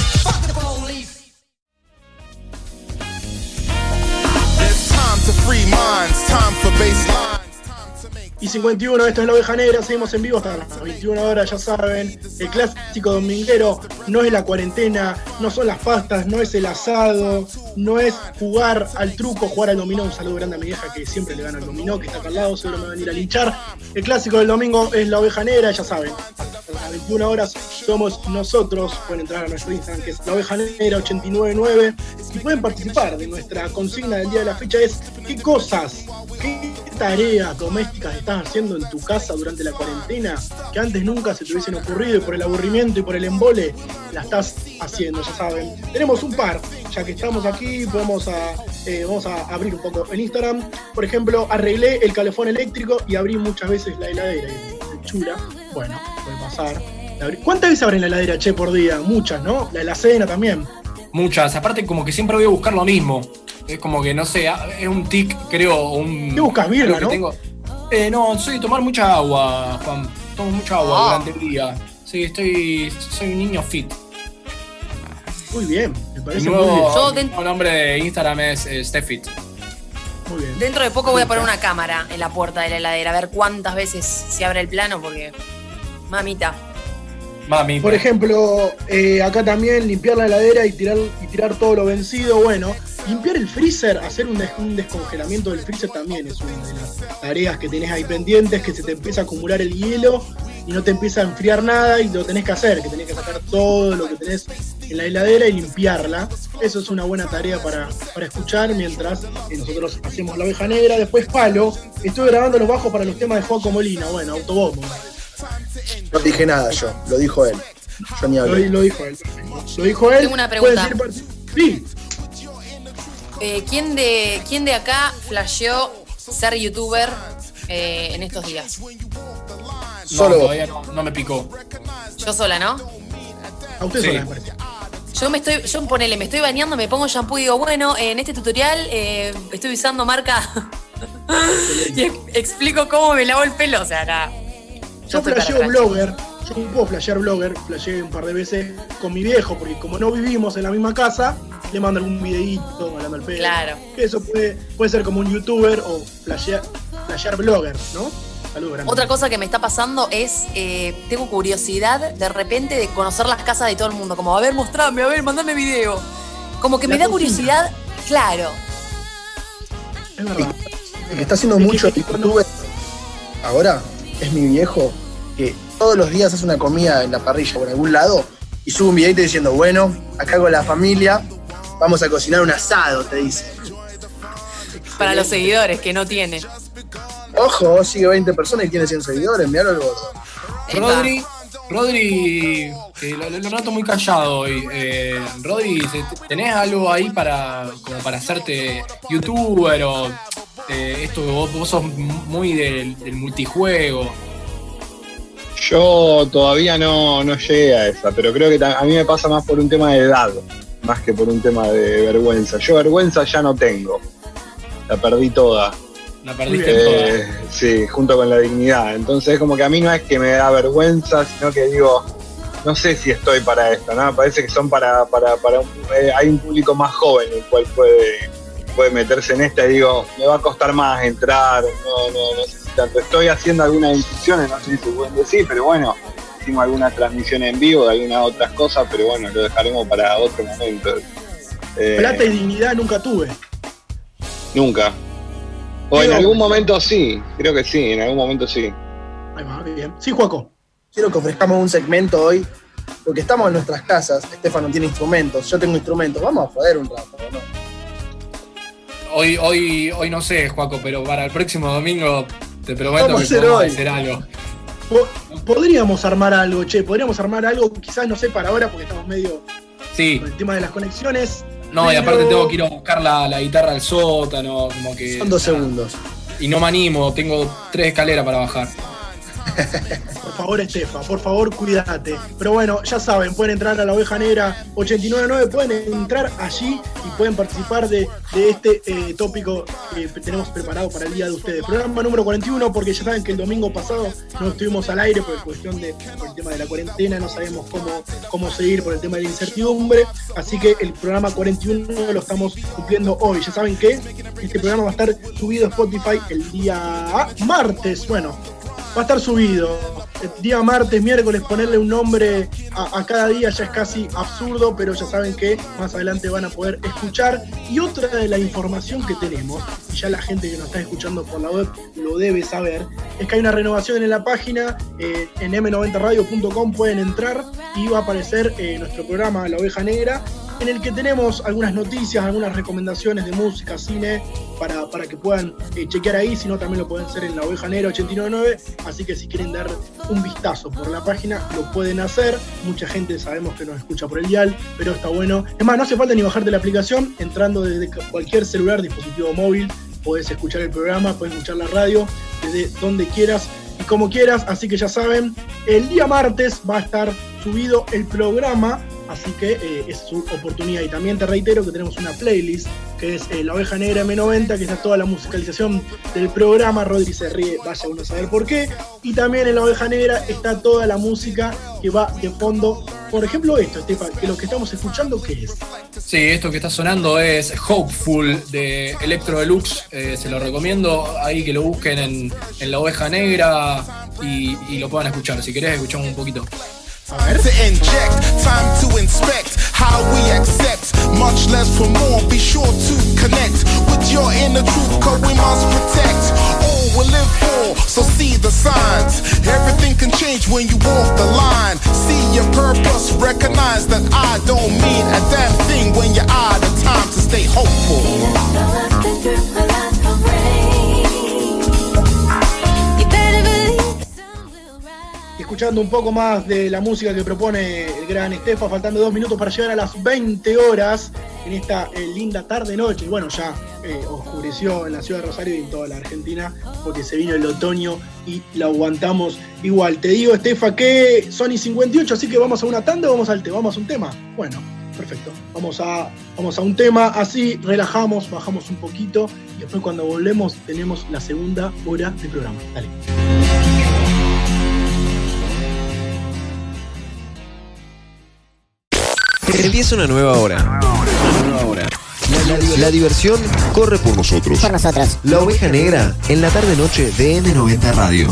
Y 51, esto es la Oveja Negra, seguimos en vivo hasta las 21 horas, ya saben. El clásico dominguero no es la cuarentena, no son las pastas, no es el asado, no es jugar al truco, jugar al dominó. Un saludo grande a mi vieja que siempre le gana al dominó, que está acá al lado, seguro me van a venir a linchar. El clásico del domingo es la Oveja Negra, ya saben. Hasta las 21 horas somos nosotros. Pueden entrar a nuestro Instagram, que es la Oveja Negra 899, y pueden participar de nuestra consigna del día de la fecha. Es qué cosas, qué tareas domésticas estás haciendo en tu casa durante la cuarentena que antes nunca se te hubiesen ocurrido y por el aburrimiento y por el embole la estás haciendo, ya saben. Tenemos un par, ya que estamos aquí, vamos a abrir un poco el Instagram. Por ejemplo, arreglé el calefón eléctrico y abrí muchas veces la heladera. Y chula, bueno, puede pasar. ¿Cuántas veces abren la heladera, che, por día? Muchas, ¿no? La de la cena también. Muchas, aparte como que siempre voy a buscar lo mismo. Es como que, no sé, es un tic, creo, un... ¿Qué buscas, birra, no? No, soy de tomar mucha agua, Juan. Tomo mucha agua durante el día. Sí, soy un niño fit. Muy bien, me parece Mi muy bien. nuevo nombre de Instagram es Stefit. Muy bien. Dentro de poco voy a poner una cámara en la puerta de la heladera, a ver cuántas veces se abre el plano, porque mamita. Por ejemplo, acá también limpiar la heladera y tirar todo lo vencido. Bueno, limpiar el freezer, hacer un descongelamiento del freezer también es una de las tareas que tenés ahí pendientes, que se te empieza a acumular el hielo y no te empieza a enfriar nada y lo tenés que hacer, que tenés que sacar todo lo que tenés en la heladera y limpiarla. Eso es una buena tarea para escuchar mientras nosotros hacemos La Oveja Negra. Después Palo, estuve grabando los bajos para los temas de Joaco Molina, bueno, Autobombo. No dije nada yo, lo dijo él. Yo ni hablé. Lo dijo él. Lo dijo él. Tengo una pregunta. Sí. ¿Quién de acá flasheó ser youtuber en estos días? Solo todavía no me picó. Yo sola, ¿no? A usted sola, me parece. Me estoy bañando, me pongo shampoo y digo, bueno, en este tutorial estoy usando marca y explico cómo me lavo el pelo, o sea, nada. Yo flasheo blogger, yo puedo flashear blogger, flasheé un par de veces con mi viejo, porque como no vivimos en la misma casa, le mando algún videíto hablando al pelo. Claro. Que eso puede ser como un youtuber o flashear blogger, ¿no? Saludos grandes. Otra cosa que me está pasando es, tengo curiosidad de repente de conocer las casas de todo el mundo, como, a ver, mostrame, a ver, mandame video. Como que me da curiosidad, claro. Es verdad. El que está haciendo mucho youtuber ahora es mi viejo, que todos los días hace una comida en la parrilla o en algún lado y sube un videito diciendo, bueno, acá con la familia vamos a cocinar un asado, te dice. Para los seguidores, que no tiene. Ojo, sigue 20 personas y tiene 100 seguidores, miralo el gordo. Rodri, lo noto muy callado hoy. Rodri, ¿tenés algo ahí como para hacerte youtuber o esto que vos sos muy del multijuego? Yo todavía no llegué a esa, pero creo que a mí me pasa más por un tema de edad, más que por un tema de vergüenza. Yo vergüenza ya no tengo, la perdí toda. La perdiste toda. Sí, junto con la dignidad. Entonces es como que a mí no es que me da vergüenza, sino que digo, no sé si estoy para esto, ¿no? Parece que son para hay un público más joven el cual puede meterse en esta y digo, me va a costar más entrar, no sé si tanto. Estoy haciendo algunas instrucciones, no sé si se pueden decir, pero bueno, hicimos algunas transmisiones en vivo de algunas otras cosas, pero bueno, lo dejaremos para otro momento. Plata y dignidad nunca tuve. Nunca. O en algún momento sí, creo que sí, en algún momento sí. Ahí va, bien. Sí, Joaco. Quiero que ofrezcamos un segmento hoy, porque estamos en nuestras casas, Estefano tiene instrumentos, yo tengo instrumentos, vamos a joder un rato, ¿no? Hoy no sé, Joaco, pero para el próximo domingo te prometo que podemos hacer algo. Podríamos armar algo, quizás no sé para ahora porque estamos medio sí. Con el tema de las conexiones. No, pero... y aparte tengo que ir a buscar la guitarra al sótano, como que... Son 2 segundos. Y no me animo, tengo 3 escaleras para bajar. Por favor, Estefa, por favor, cuídate. Pero bueno, ya saben, pueden entrar a La Oveja Negra 899, pueden entrar allí y pueden participar de este tópico que tenemos preparado para el día de ustedes. Programa número 41, porque ya saben que el domingo pasado no estuvimos al aire por el tema de la cuarentena, no sabemos cómo seguir por el tema de la incertidumbre, así que el programa 41 lo estamos cumpliendo hoy. Ya saben que este programa va a estar subido a Spotify el día martes, va a estar subido el día martes, miércoles. Ponerle un nombre a cada día ya es casi absurdo, pero ya saben que más adelante van a poder escuchar. Y otra de la información que tenemos, y ya la gente que nos está escuchando por la web lo debe saber, es que hay una renovación en la página, en m90radio.com pueden entrar y va a aparecer nuestro programa La Oveja Negra, en el que tenemos algunas noticias, algunas recomendaciones de música, cine, para que puedan chequear ahí, si no también lo pueden hacer en La Oveja Negra 899, así que si quieren dar un vistazo por la página, lo pueden hacer. Mucha gente sabemos que nos escucha por el dial, pero está bueno. Es más, no hace falta ni bajarte la aplicación, entrando desde cualquier celular, dispositivo móvil, podés escuchar el programa, podés escuchar la radio, desde donde quieras y como quieras, así que ya saben, el día martes va a estar subido el programa, así que es su oportunidad. Y también te reitero que tenemos una playlist que es La Oveja Negra M90, que está toda la musicalización del programa. Rodri se ríe, vaya uno a saber por qué. Y también en La Oveja Negra está toda la música que va de fondo por ejemplo, esto, Estefa, que lo que estamos escuchando, ¿qué es? Sí, esto que está sonando es Hopeful de Electro Deluxe. Se lo recomiendo ahí que lo busquen en La Oveja Negra y lo puedan escuchar. Si querés, escuchamos un poquito. To inject, time to inspect how we accept, much less for more. Be sure to connect with your inner truth, cause we must protect all we live for. So see the signs. Everything can change when you walk the line. See your purpose, recognize that I don't mean a damn thing when you're out of time to stay hopeful. Escuchando un poco más de la música que propone el gran Estefa, faltando 2 minutos para llegar a las 20 horas en esta linda tarde-noche. Y bueno, ya oscureció en la ciudad de Rosario y en toda la Argentina porque se vino el otoño y lo aguantamos igual. Te digo, Estefa, que son y 58, así que vamos a una tanda o vamos al tema. ¿Vamos a un tema? Bueno, perfecto. Vamos a un tema, así relajamos, bajamos un poquito y después cuando volvemos tenemos la segunda hora del programa. Dale. Empieza una nueva hora. La diversión corre por nosotros. Por nosotros. La Oveja Negra en la tarde-noche de M90 Radio.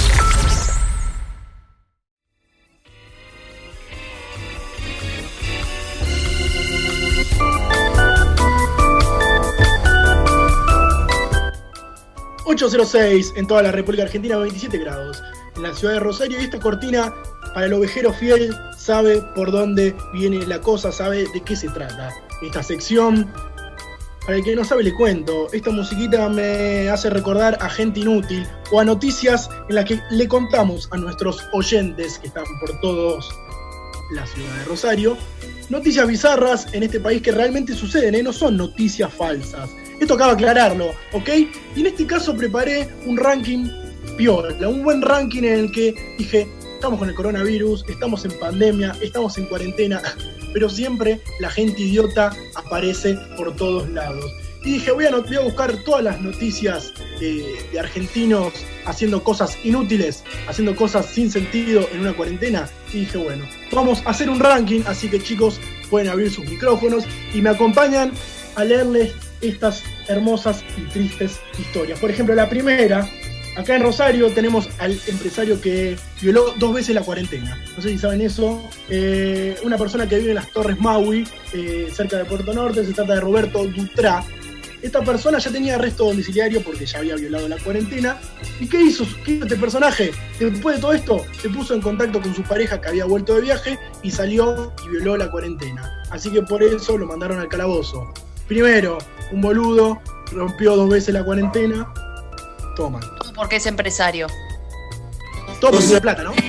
.806 en toda la República Argentina, 27 grados. En la ciudad de Rosario, y esta cortina para el ovejero fiel sabe por dónde viene la cosa, sabe de qué se trata. Esta sección, para el que no sabe le cuento, esta musiquita me hace recordar a Gente Inútil o a noticias en las que le contamos a nuestros oyentes que están por todos la ciudad de Rosario, noticias bizarras en este país que realmente suceden, no son noticias falsas. Esto acaba de aclararlo, ¿ok? Y en este caso preparé un ranking piola, un buen ranking en el que dije, estamos con el coronavirus, estamos en pandemia, estamos en cuarentena, pero siempre la gente idiota aparece por todos lados. Y dije, voy a buscar todas las noticias de argentinos haciendo cosas inútiles, haciendo cosas sin sentido en una cuarentena. Y dije, bueno, vamos a hacer un ranking, así que chicos, pueden abrir sus micrófonos y me acompañan a leerles estas hermosas y tristes historias. Por ejemplo, la primera, acá en Rosario tenemos al empresario que violó 2 veces la cuarentena. No sé si saben eso. Una persona que vive en las Torres Maui, cerca de Puerto Norte, se trata de Roberto Dutrá. Esta persona ya tenía arresto domiciliario porque ya había violado la cuarentena. ¿Y qué hizo este personaje? Después de todo esto, se puso en contacto con su pareja que había vuelto de viaje y salió y violó la cuarentena. Así que por eso lo mandaron al calabozo. Primero, un boludo, rompió 2 veces la cuarentena. Toma. Todo porque es empresario. Todo porque tiene plata, ¿no?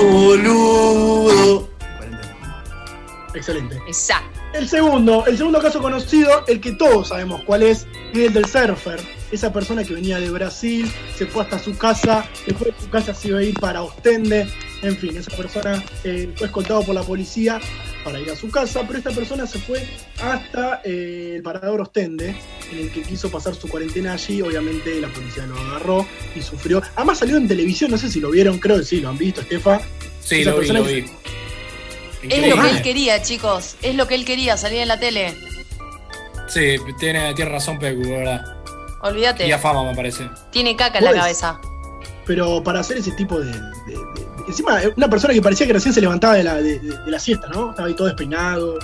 Boludo. Excelente. Exacto. El segundo caso conocido, el que todos sabemos cuál es el del surfer. Esa persona que venía de Brasil, se fue hasta su casa, después de su casa se iba a ir para Ostende. En fin, esa persona fue escoltado por la policía para ir a su casa, pero esta persona se fue hasta el parador Ostende, en el que quiso pasar su cuarentena allí. Obviamente la policía lo agarró y sufrió. Además salió en televisión, no sé si lo vieron, creo que sí, lo han visto, Estefa. Sí, lo vi. Es lo que él quería, chicos. Es lo que él quería, salir en la tele. Sí, tiene razón, Pecu, ¿verdad? Olvídate. Y a fama, me parece. Tiene caca en la cabeza. Pero para hacer ese tipo de encima, una persona que parecía que recién se levantaba de la siesta, ¿no? Estaba ahí todo despeinado.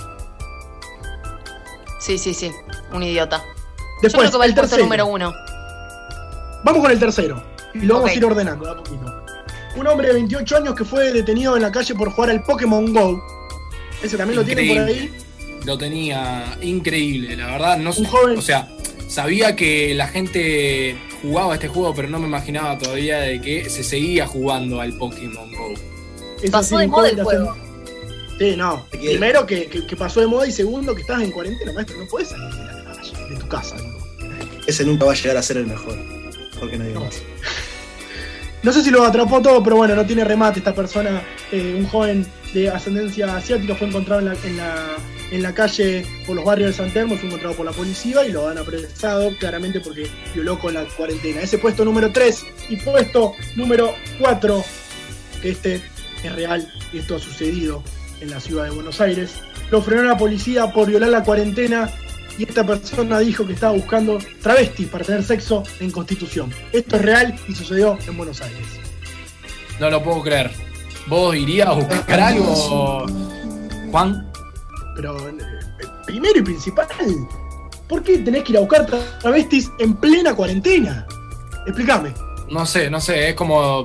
Sí. Un idiota. Después, yo creo que va el puesto tercero. número 1. Vamos con el tercero. Y lo vamos a ir ordenando de a poquito. Un hombre de 28 años que fue detenido en la calle por jugar al Pokémon GO. ¿Ese también lo tienen por ahí? Lo tenía increíble, la verdad. No, un joven. O sea, sabía que la gente jugaba este juego, pero no me imaginaba todavía de que se seguía jugando al Pokémon GO. Pasó de moda el juego. Sí, no. Primero que pasó de moda y segundo que estás en cuarentena, maestro. No podés salir de la calle, de tu casa. Ese nunca va a llegar a ser el mejor. Porque no digo más. No sé si lo atrapó todo, pero bueno, no tiene remate esta persona. Un joven de ascendencia asiática fue encontrado en la calle por los barrios de San Telmo, fue encontrado por la policía y lo han apresado claramente porque violó con la cuarentena. Ese puesto número 3 y puesto número 4, que este es real y esto ha sucedido. en la ciudad de Buenos Aires. Lo frenó la policía por violar la cuarentena y esta persona dijo que estaba buscando travestis para tener sexo en Constitución. Esto es real y sucedió en Buenos Aires. No lo puedo creer. ¿Vos irías a buscar algo, Juan? Pero primero y principal, ¿por qué tenés que ir a buscar travestis en plena cuarentena? Explícame. No sé, es como...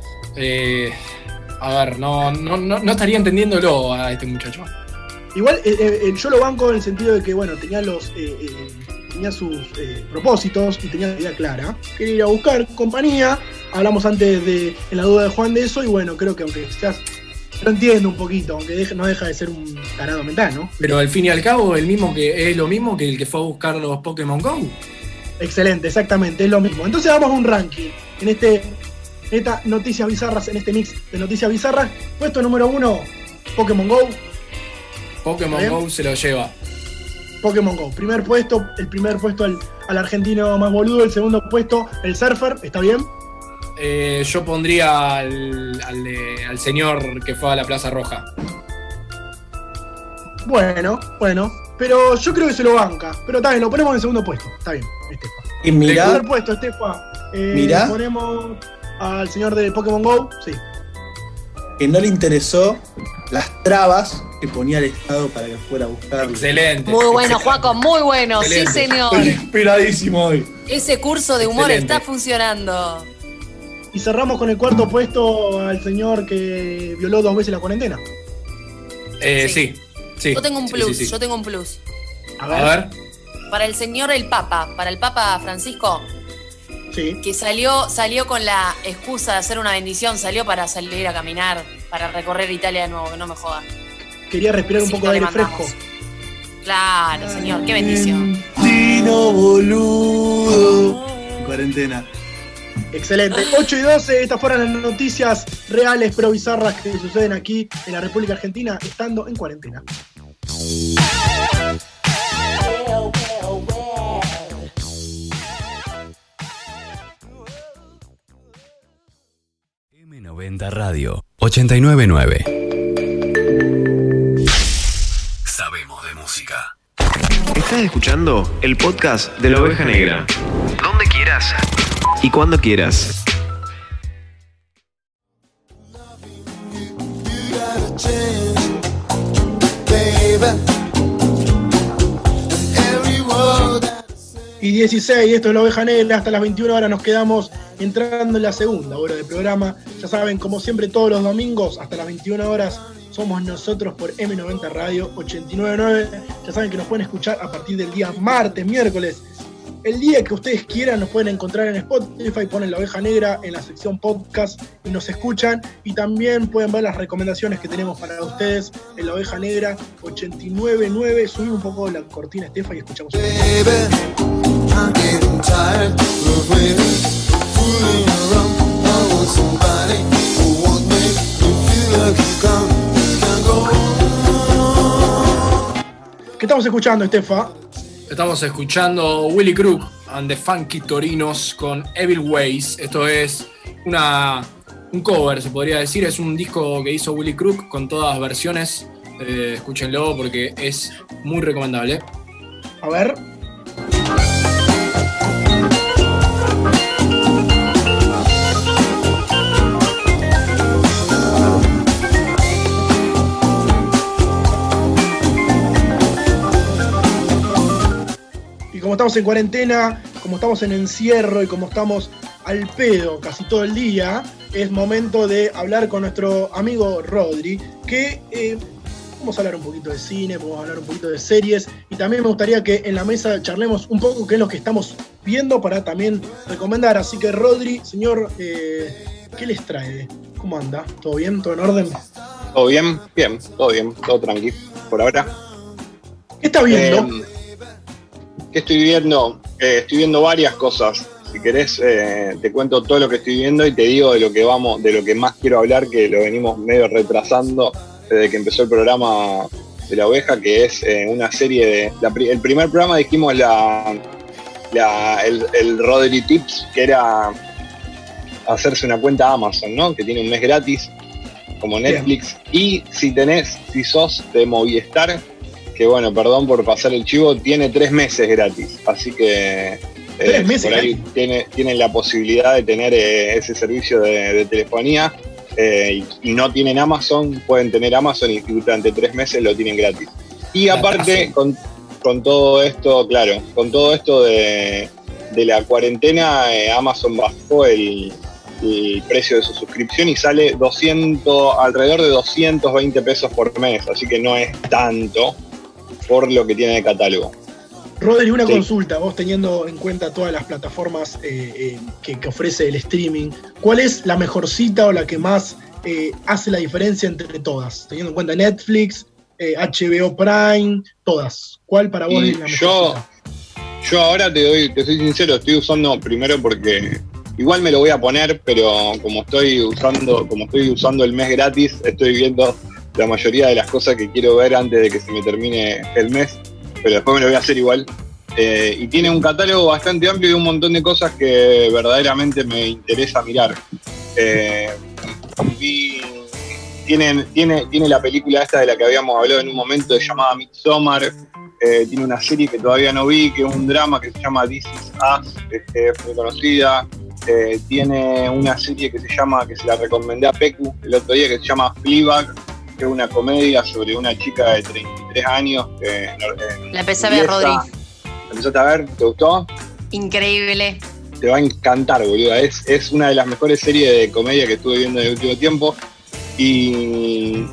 a ver, no estaría entendiéndolo a este muchacho. Igual yo lo banco en el sentido de que, bueno, tenía sus propósitos y tenía la idea clara. Quería ir a buscar compañía. Hablamos antes en la duda de Juan de eso y bueno, creo que aunque seas... Lo entiendo un poquito, aunque no deja de ser un tarado mental, ¿no? Pero al fin y al cabo es lo mismo que el que fue a buscar los Pokémon GO. Excelente, exactamente, es lo mismo. Entonces vamos a un ranking en estas noticias bizarras, en este mix de noticias bizarras. Puesto número 1, Pokémon GO. Pokémon GO se lo lleva. Pokémon GO, el primer puesto al argentino más boludo, el segundo puesto el surfer, ¿está bien? Yo pondría al señor que fue a la Plaza Roja. Bueno, pero yo creo que se lo banca. Pero está bien, lo ponemos en el segundo puesto. Está bien, Estefa. Y mirá. En el tercer puesto, Estefa. Mirá. Ponemos al señor de Pokémon GO. Sí. Que no le interesó las trabas que ponía el Estado para que fuera a buscarlo. Excelente. Muy bueno, Juaco, muy bueno. Excelente. Sí, señor. Estoy inspiradísimo hoy. Ese curso de humor Excelente. está funcionando. Y cerramos con el cuarto puesto al señor que violó 2 veces la cuarentena. Sí. Yo tengo un plus, Sí. yo tengo un plus. A A ver. Para el señor para el Papa Francisco, Sí. que salió con la excusa de hacer una bendición, salió para salir a caminar, para recorrer Italia de nuevo, que no me joda. Quería respirar un poco de aire fresco. Claro, señor, qué bendición. Tino boludo. En cuarentena. Excelente. 8 y 12, estas fueron las noticias reales pero bizarras que suceden aquí en la República Argentina estando en cuarentena. M90 Radio 899. Sabemos de música. Estás escuchando el podcast de la Oveja Negra. Donde quieras y cuando quieras. Y 16, esto es la Oveja Negra, hasta las 21 horas nos quedamos entrando en la segunda hora del programa. Ya saben, como siempre todos los domingos, hasta las 21 horas, somos nosotros por M90 Radio 899. Ya saben que nos pueden escuchar a partir del día martes, miércoles. El día que ustedes quieran nos pueden encontrar en Spotify, ponen la Oveja Negra en la sección podcast y nos escuchan. Y también pueden ver las recomendaciones que tenemos para ustedes en la Oveja Negra 899. Subí un poco la cortina, Estefa, y escuchamos. I'm getting tired of waiting, fooling around. I want somebody who won't make me feel like you can't go on. ¿Qué estamos escuchando, Estefa? Estamos escuchando Willy Crook and the Funky Torinos con Evil Ways. Esto es un cover, se podría decir. Es un disco que hizo Willy Crook con todas versiones. Escúchenlo porque es muy recomendable. A ver. Como estamos en cuarentena, como estamos en encierro y como estamos al pedo casi todo el día, es momento de hablar con nuestro amigo Rodri, que vamos a hablar un poquito de cine, vamos a hablar un poquito de series y también me gustaría que en la mesa charlemos un poco qué es lo que estamos viendo para también recomendar. Así que Rodri, señor, ¿qué les trae? ¿Cómo anda? ¿Todo bien? ¿Todo en orden? ¿Todo bien? Bien, todo tranqui por ahora. ¿Qué está viendo? ¿Qué estoy viendo? Estoy viendo varias cosas. Si querés, te cuento todo lo que estoy viendo y te digo de lo que más quiero hablar, que lo venimos medio retrasando desde que empezó el programa de la Oveja, que es una serie de... el primer programa dijimos el Rodri Tips, que era hacerse una cuenta Amazon, ¿no? Que tiene un mes gratis. como Netflix. Y si sos de Movistar, que bueno, perdón por pasar el chivo, tiene 3 meses gratis. Así que 3 meses por ahí tienen la posibilidad de tener ese servicio de telefonía. Y no tienen Amazon, pueden tener Amazon y durante 3 meses lo tienen gratis. Y aparte, con todo esto, claro, con todo esto de la cuarentena, Amazon bajó el precio de su suscripción y sale alrededor de 220 pesos por mes, así que no es tanto por lo que tiene de catálogo. Rodri, una consulta, vos teniendo en cuenta todas las plataformas que ofrece el streaming, ¿cuál es la mejorcita o la que más hace la diferencia entre todas? Teniendo en cuenta Netflix, HBO Prime, todas. ¿Cuál para vos es la mejorcita? Yo ahora te soy sincero, estoy usando primero porque igual me lo voy a poner, pero como estoy usando el mes gratis, estoy viendo la mayoría de las cosas que quiero ver antes de que se me termine el mes, pero después me lo voy a hacer igual. Y tiene un catálogo bastante amplio y un montón de cosas que verdaderamente me interesa mirar. Tiene la película esta de la que habíamos hablado en un momento, llamada Midsommar. Tiene una serie que todavía no vi, que es un drama que se llama This Is Us, que es muy conocida. Tiene una serie que se la recomendé a Pecu el otro día, que se llama Fleabag, que es una comedia sobre una chica de 33 años. La empecé a ver, Rodri. ¿La empezaste a ver? ¿Te gustó? Increíble. Te va a encantar, boluda. Es una de las mejores series de comedia que estuve viendo en el último tiempo. Y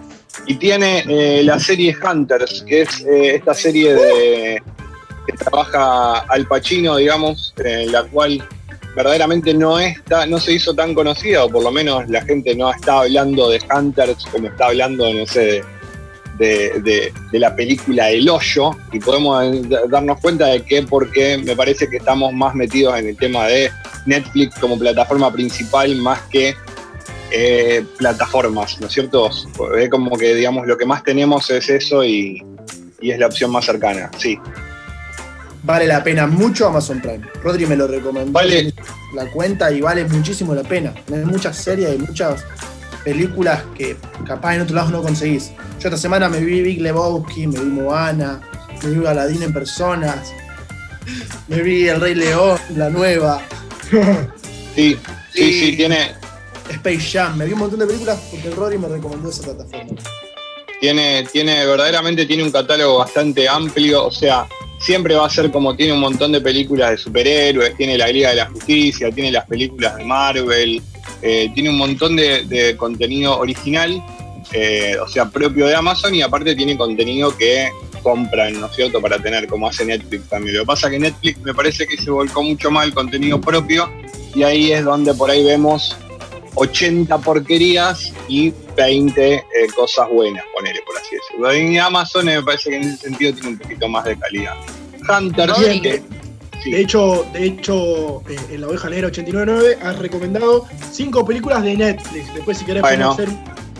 tiene la serie Hunters, que es esta serie que trabaja Al Pacino, digamos, en la cual verdaderamente no se hizo tan conocida, o por lo menos la gente no está hablando de Hunters como está hablando, no sé, de la película El Hoyo, y podemos darnos cuenta de que porque me parece que estamos más metidos en el tema de Netflix como plataforma principal más que plataformas, ¿no es cierto? Es como que, digamos, lo que más tenemos es eso y es la opción más cercana, sí. Vale la pena mucho Amazon Prime. Rodri me lo recomendó la cuenta y vale muchísimo la pena. Hay muchas series y muchas películas que capaz en otros lados no conseguís. Yo esta semana me vi Big Lebowski, me vi Moana, me vi Aladdin en personas, me vi El Rey León, la nueva. Sí, tiene... Space Jam, me vi un montón de películas porque el Rodri me recomendó esa plataforma. Verdaderamente tiene un catálogo bastante amplio, o sea, siempre va a ser como tiene un montón de películas de superhéroes, tiene la Liga de la Justicia, tiene las películas de Marvel, tiene un montón de contenido original, o sea, propio de Amazon, y aparte tiene contenido que compran, ¿no es cierto?, para tener, como hace Netflix también. Lo que pasa es que Netflix me parece que se volcó mucho más el contenido propio, y ahí es donde por ahí vemos 80 porquerías y 20 cosas buenas, ponele, por así decirlo. Y Amazon me parece que en ese sentido tiene un poquito más de calidad. Hunters, sí. De hecho, en La Oveja Negra 89.9 has recomendado 5 películas de Netflix. Después, si querés, podemos hacer...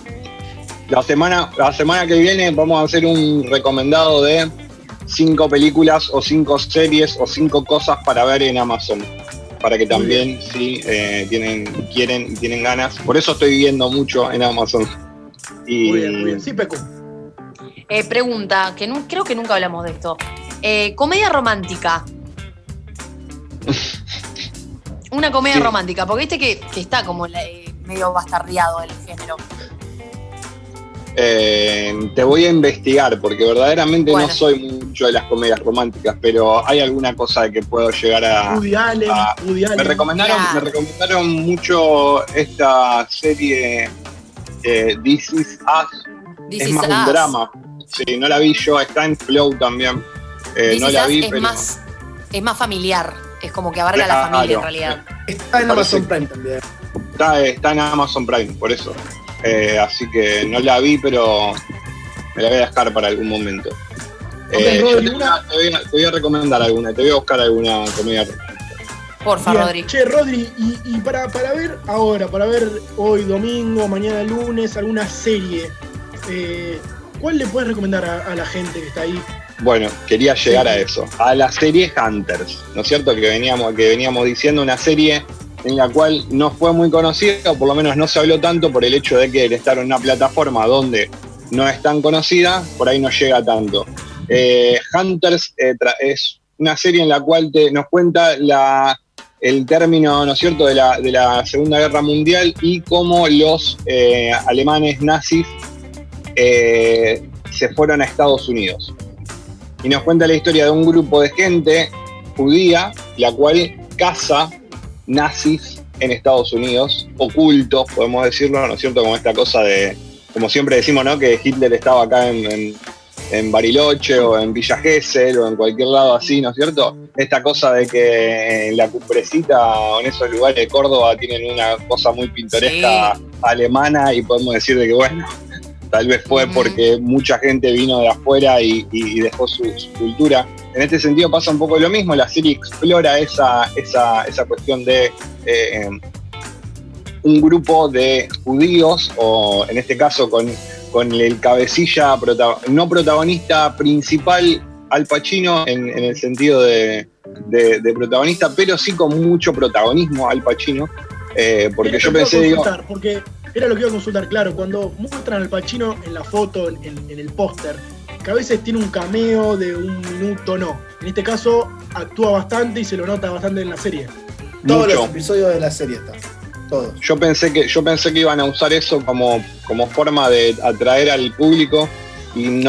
La semana que viene vamos a hacer un recomendado de 5 películas o 5 series o 5 cosas para ver en Amazon. Para que también, sí, quieren y tienen ganas. Por eso estoy viendo mucho en Amazon. Muy bien. Sí, Pecu. Pregunta, que creo que nunca hablamos de esto. Comedia romántica. Una comedia romántica, porque viste que está como medio bastardeado el género. Te voy a investigar, porque verdaderamente no soy mucho de las comedias románticas, pero hay alguna cosa de que puedo llegar a... Woody Allen. Me recomendaron mucho esta serie This Is Us. Es más un drama. Sí, no la vi yo, está en Flow también. No la vi, pero... Es más familiar, es como que abarca la familia en realidad. Está en Amazon Prime también. Está en Amazon Prime, por eso. Así que no la vi, pero me la voy a dejar para algún momento. Rodri, te voy a recomendar alguna, te voy a buscar alguna comedia. Porfa, Rodri. Che, Rodri, y para ver ahora, para ver hoy domingo, mañana lunes, alguna serie, ¿cuál le puedes recomendar a la gente que está ahí? Bueno, quería llegar a eso, a la serie Hunters, ¿no es cierto? Que veníamos diciendo, una serie en la cual no fue muy conocida, o por lo menos no se habló tanto por el hecho de que el estar en una plataforma donde no es tan conocida, por ahí no llega tanto. Hunters es una serie en la cual nos cuenta el término, ¿no es cierto?, de la Segunda Guerra Mundial y cómo los alemanes nazis se fueron a Estados Unidos. Y nos cuenta la historia de un grupo de gente judía, la cual caza nazis en Estados Unidos, ocultos, podemos decirlo, ¿no es cierto?, como esta cosa de, como siempre decimos, ¿no?, que Hitler estaba acá en Bariloche o en Villa Gesell o en cualquier lado así, ¿no es cierto? Esta cosa de que en la cumbrecita o en esos lugares de Córdoba tienen una cosa muy pintoresca alemana, y podemos decir de que, bueno, tal vez fue porque mucha gente vino de afuera y dejó su cultura. En este sentido pasa un poco lo mismo, la serie explora esa cuestión de un grupo de judíos, o en este caso con el cabecilla, no protagonista principal, Al Pacino, en el sentido de protagonista, pero sí con mucho protagonismo Al Pacino, porque yo pensé, porque era lo que iba a consultar, claro, cuando muestran al Pacino en la foto, en el póster, que a veces tiene un cameo de un minuto, no. En este caso actúa bastante y se lo nota bastante en la serie. Todos los episodios de la serie están. Todos. Yo pensé que iban a usar eso como forma de atraer al público, y no.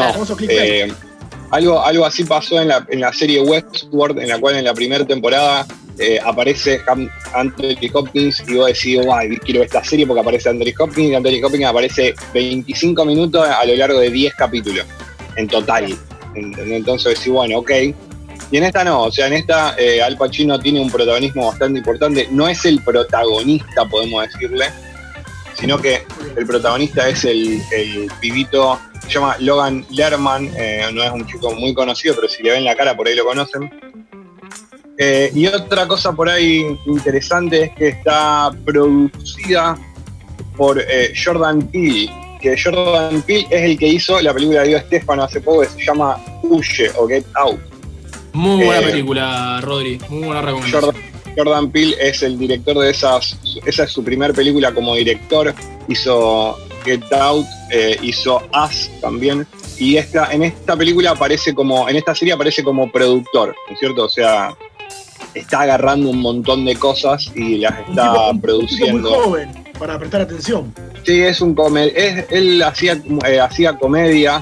Algo así pasó en la serie Westworld, en la cual en la primera temporada aparece Anthony Hopkins, y vos decís, guay, quiero esta serie porque aparece Anthony Hopkins, y Anthony Hopkins aparece 25 minutos a lo largo de 10 capítulos en total. Entonces decís, bueno, ok. Y en esta no, o sea, en esta Al Pacino tiene un protagonismo bastante importante. No es el protagonista, podemos decirle, sino que el protagonista es el pibito, se llama Logan Lerman, no es un chico muy conocido, pero si le ven la cara por ahí lo conocen. Y otra cosa por ahí interesante es que está producida por Jordan Peele, que Jordan Peele es el que hizo la película de Dio Stefano hace poco, que se llama Huye o Get Out. Muy buena película, Rodri, muy buena recomendación. Jordan Peele es el director de esa es su primer película como director, hizo Get Out, hizo Us también, y en esta película en esta serie aparece como productor, ¿no es cierto? O sea, está agarrando un montón de cosas y las está produciendo. Un muy joven, para prestar atención. Sí, él hacía comedia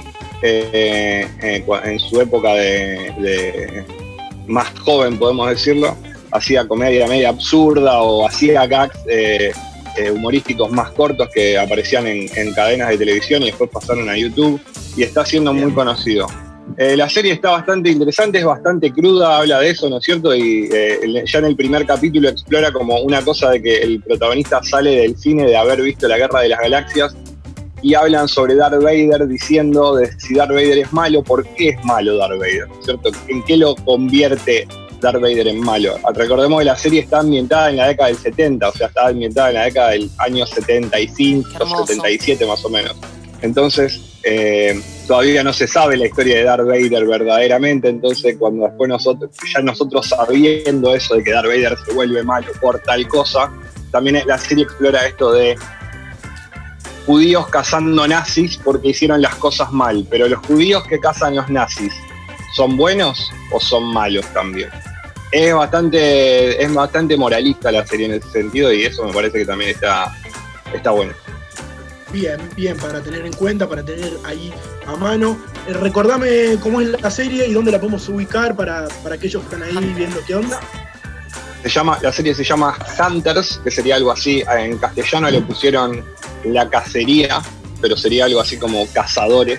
en su época de más joven, podemos decirlo. Hacía comedia media absurda o hacía gags humorísticos más cortos que aparecían en cadenas de televisión y después pasaron a YouTube, y está siendo muy conocido. La serie está bastante interesante, es bastante cruda, habla de eso, ¿no es cierto? Y ya en el primer capítulo explora como una cosa de que el protagonista sale del cine de haber visto la Guerra de las Galaxias, y hablan sobre Darth Vader, diciendo de si Darth Vader es malo, por qué es malo Darth Vader, ¿no es cierto? ¿En qué lo convierte Darth Vader en malo? Recordemos que la serie está ambientada en la década del 70, o sea, está ambientada en la década del año 75, 77 más o menos. Entonces, todavía no se sabe la historia de Darth Vader verdaderamente, entonces cuando después nosotros sabiendo eso de que Darth Vader se vuelve malo por tal cosa, también la serie explora esto de judíos cazando nazis porque hicieron las cosas mal, pero los judíos que cazan los nazis, ¿son buenos o son malos también? Es bastante moralista la serie en ese sentido, y eso me parece que también está bueno. Bien, para tener en cuenta, para tener ahí a mano. Recordame cómo es la serie y dónde la podemos ubicar para aquellos que están ahí viendo qué onda. La serie se llama Hunters, que sería algo así, en castellano le pusieron La Cacería, pero sería algo así como Cazadores.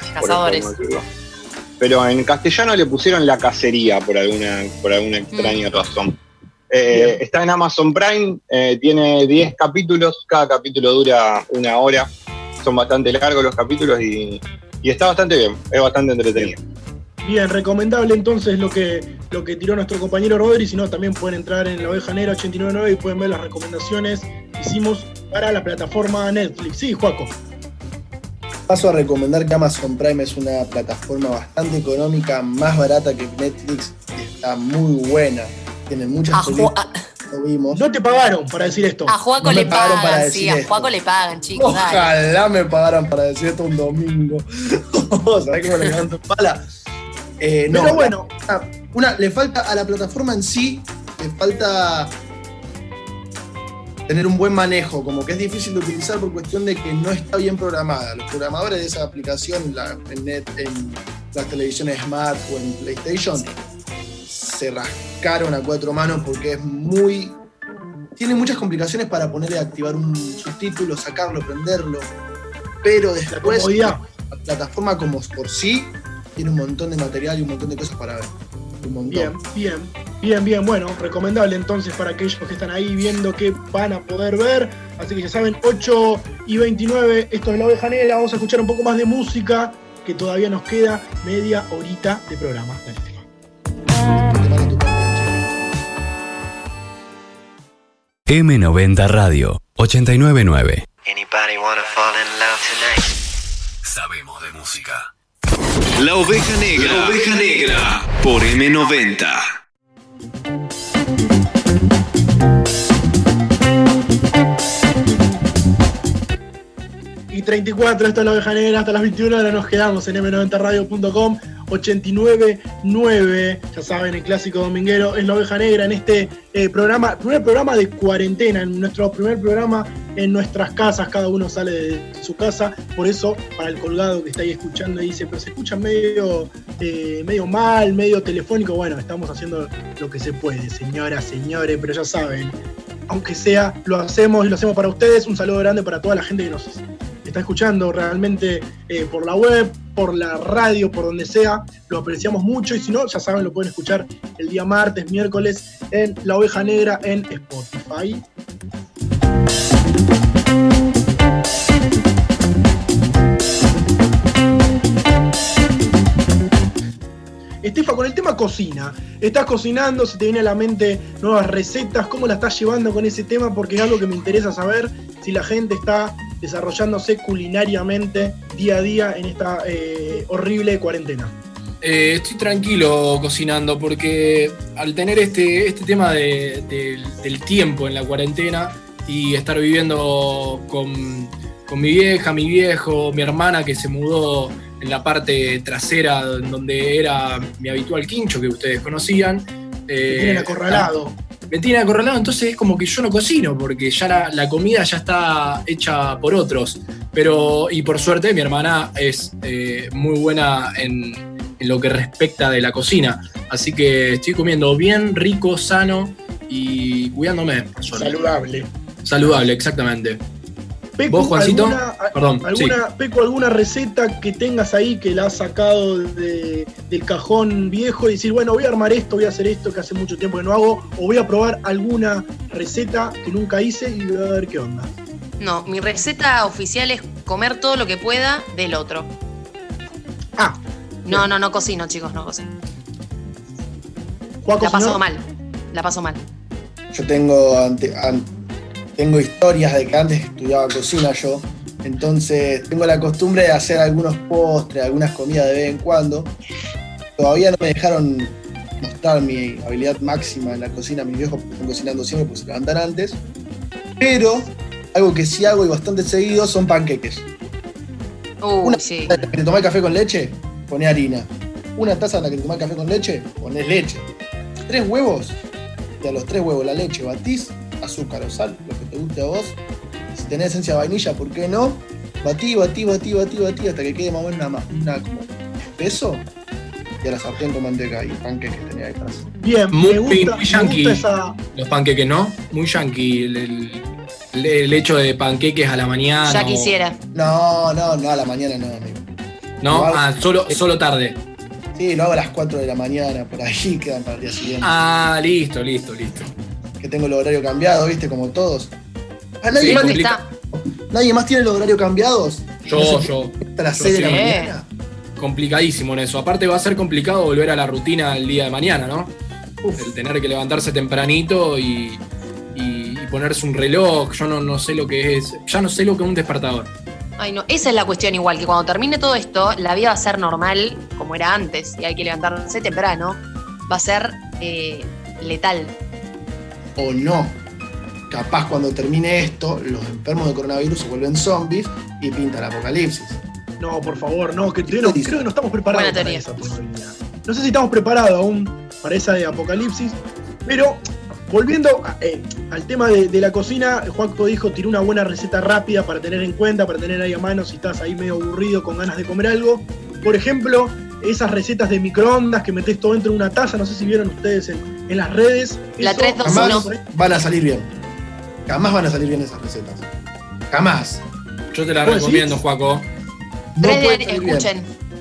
Pero en castellano le pusieron La Cacería por alguna extraña razón. Está en Amazon Prime, tiene 10 capítulos, cada capítulo dura 1 hora, son bastante largos los capítulos y está bastante bien, es bastante entretenido. Bien, recomendable entonces lo que tiró nuestro compañero Rodri, si no también pueden entrar en La Oveja Negra 899 y pueden ver las recomendaciones que hicimos para la plataforma Netflix. Sí, Juaco. Paso a recomendar que Amazon Prime es una plataforma bastante económica, más barata que Netflix, está muy buena. Tienen muchas películas. lo vimos. No te pagaron para decir esto. A Juaco No me le pagaron para pagan, decir sí, a esto. Juaco le pagan, chicos. dale. Ojalá me pagaran para decir esto un domingo. ¿Sabés cómo le levanto pala? No, Pero bueno. Le falta a la plataforma en sí, le falta tener un buen manejo, como que es difícil de utilizar por cuestión de que no está bien programada. Los programadores de esa aplicación en las televisiones Smart o en PlayStation se rascaron a cuatro manos porque tiene muchas complicaciones para ponerle a activar un subtítulo, sacarlo, prenderlo, pero después la plataforma como por sí tiene un montón de material y un montón de cosas para ver. Un montón. Bien. Bueno, recomendable entonces para aquellos que están ahí viendo que van a poder ver. Así que ya saben, 8:29, esto es La Oveja Negra. Vamos a escuchar un poco más de música, que todavía nos queda media horita de programa. M90 Radio 899. Anybody wanna fall in love tonight? Sabemos de música. La Oveja Negra. La Oveja Negra. Por M90. Y 34, esto es La Oveja Negra, hasta las 21 horas nos quedamos en m90radio.com, 899, ya saben, el clásico dominguero es La Oveja Negra en este primer programa de cuarentena, en nuestro primer programa en nuestras casas, cada uno sale de su casa, por eso, para el colgado que está ahí escuchando y dice, pero se escucha medio mal, medio telefónico, bueno, estamos haciendo lo que se puede, señoras, señores, pero ya saben, aunque sea, lo hacemos y lo hacemos para ustedes. Un saludo grande para toda la gente que nos está escuchando realmente por la web, por la radio, por donde sea. Lo apreciamos mucho y si no, ya saben, lo pueden escuchar el día martes, miércoles en La Oveja Negra en Spotify. Estefa, con el tema cocina, estás cocinando, se te viene a la mente nuevas recetas, ¿cómo la estás llevando con ese tema? Porque es algo que me interesa saber, si la gente está desarrollándose culinariamente día a día en esta horrible cuarentena. Estoy tranquilo cocinando porque al tener este tema del tiempo en la cuarentena y estar viviendo con mi vieja, mi viejo, mi hermana que se mudó en la parte trasera donde era mi habitual quincho que ustedes conocían. Me tienen acorralado. Me tienen acorralado, entonces es como que yo no cocino porque ya la comida ya está hecha por otros. Y por suerte mi hermana es muy buena en lo que respecta de la cocina. Así que estoy comiendo bien, rico, sano y cuidándome. Por suerte. Saludable. Saludable, exactamente. Pecu, ¿Vos, Juancito? Pecu, ¿alguna receta que tengas ahí que la has sacado del cajón viejo y decir, bueno, voy a armar esto, voy a hacer esto que hace mucho tiempo que no hago, o voy a probar alguna receta que nunca hice y voy a ver qué onda? No, mi receta oficial es comer todo lo que pueda del otro. No cocino, chicos, no cocino. La paso mal. Yo tengo historias de que antes estudiaba cocina yo, entonces tengo la costumbre de hacer algunos postres, algunas comidas de vez en cuando. Todavía no me dejaron mostrar mi habilidad máxima en la cocina, mis viejos están cocinando siempre porque se levantan antes, pero algo que sí hago y bastante seguido son panqueques. Sí. Taza en la que te tomás café con leche, poné harina. Una taza en la que te tomás café con leche, ponés leche. 3 huevos, y a los 3 huevos la leche batís, azúcar o sal, lo que te guste a vos. Si tenés esencia de vainilla, ¿por qué no? Batí hasta que quede más o menos una como peso. Y a la sartén con manteca y panqueques que tenía ahí atrás. Bien, muy yankee los panqueques, ¿no? Muy yankee el hecho de panqueques a la mañana. Ya quisiera. No, a la mañana no, amigo. No, solo tarde. Sí, lo hago a las 4 de la mañana, por ahí quedan para el día siguiente. Listo. Que tengo el horario cambiado, ¿viste? Como todos. ¿Nadie más tiene el horario cambiados? Yo. Hasta las 6 de la mañana. Complicadísimo en eso. Aparte va a ser complicado volver a la rutina el día de mañana, ¿no? El tener que levantarse tempranito y ponerse un reloj. Yo no sé lo que es. Ya no sé lo que es un despertador. Ay, no, esa es la cuestión igual, que cuando termine todo esto, la vida va a ser normal, como era antes, y hay que levantarse temprano, va a ser letal. o no. Capaz cuando termine esto, los enfermos de coronavirus se vuelven zombies y pinta el apocalipsis. No, por favor, no, creo que no estamos preparados Buena para teoría. esa todavía. No sé si estamos preparados aún para esa de apocalipsis, pero volviendo al tema de la cocina, Juanco dijo, tiró una buena receta rápida para tener en cuenta, para tener ahí a mano si estás ahí medio aburrido con ganas de comer algo. Por ejemplo, esas recetas de microondas que metés todo dentro de una taza, no sé si vieron ustedes en las redes. La Eso, 3, 2, Jamás 1. van a salir bien. Jamás van a salir bien esas recetas. Jamás. Yo te la ¿Vos recomiendo, decís? Juaco. No 3 pueden de salir bien. escuchen.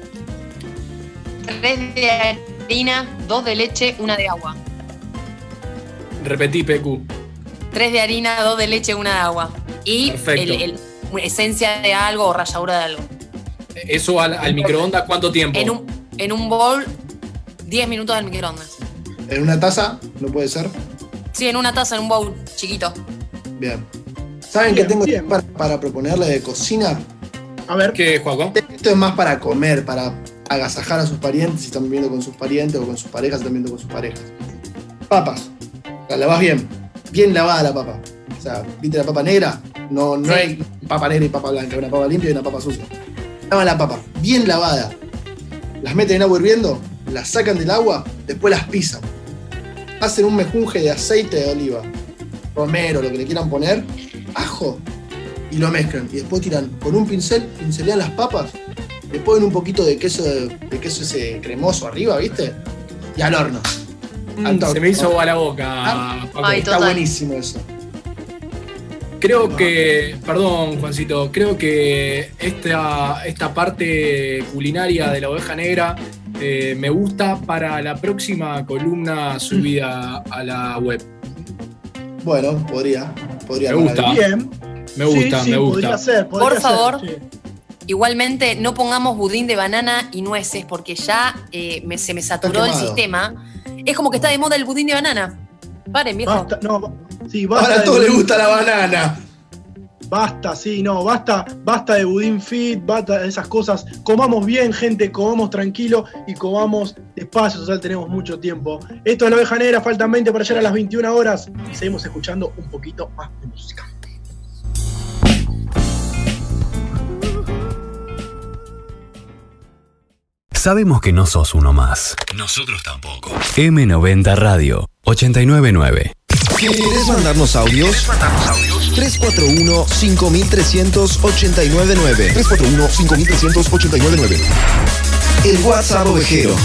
3 de harina, 2 de leche, 1 de agua. Repetí, PQ. 3 de harina, 2 de leche, 1 de agua. Y Perfecto. esencia de algo o ralladura de algo. Eso al microondas, ¿cuánto tiempo? En un bowl, 10 minutos al microondas. En una taza, no puede ser. Sí, en una taza, en un bowl chiquito. Bien. ¿Saben Bien, qué tengo bien. para proponerle de cocina? A ver, ¿Qué, Juaco? Esto es más para comer, para agasajar a sus parientes si están viviendo con sus parientes o con sus parejas si están viviendo con sus parejas. Papas. La lavás bien. Bien lavada la papa. O sea, ¿viste la papa negra? No Sí. hay papa negra y papa blanca, hay una papa limpia y una papa sucia. Lavan la papa, bien lavada. Las meten en agua hirviendo, las sacan del agua, después las pisan. Hacen un mejunje de aceite de oliva, romero, lo que le quieran poner, ajo, y lo mezclan. Y después tiran con un pincel, pincelean las papas, le ponen un poquito de queso ese cremoso arriba, ¿viste? Y al horno. Se me hizo agua la boca, Juaco. Ay, Está total. buenísimo eso. Creo que, perdón, Juancito, creo que esta parte culinaria de la oveja negra me gusta para la próxima columna subida a la web. Bueno, podría. Me gusta. bien. Me gusta, Sí, me gusta. podría ser, podría Por ser, favor. sí. Igualmente, no pongamos budín de banana y nueces porque ya se me saturó el quemado. sistema. Es como que está de moda el budín de banana. Paren, viejo. Basta, no, sí, basta Ahora a de todos les budín. gusta la banana. Basta, sí, no, basta de budín fit, basta de esas cosas. Comamos bien, gente, comamos tranquilo y comamos despacio, total tenemos mucho tiempo. Esto es La Oveja Negra, faltan 20 para llegar a las 21 horas y seguimos escuchando un poquito más de música. Sabemos que no sos uno más. Nosotros tampoco. M90 Radio 899. ¿Quieres mandarnos audios? 341-5389-9. 341-5389-9. El WhatsApp ovejero.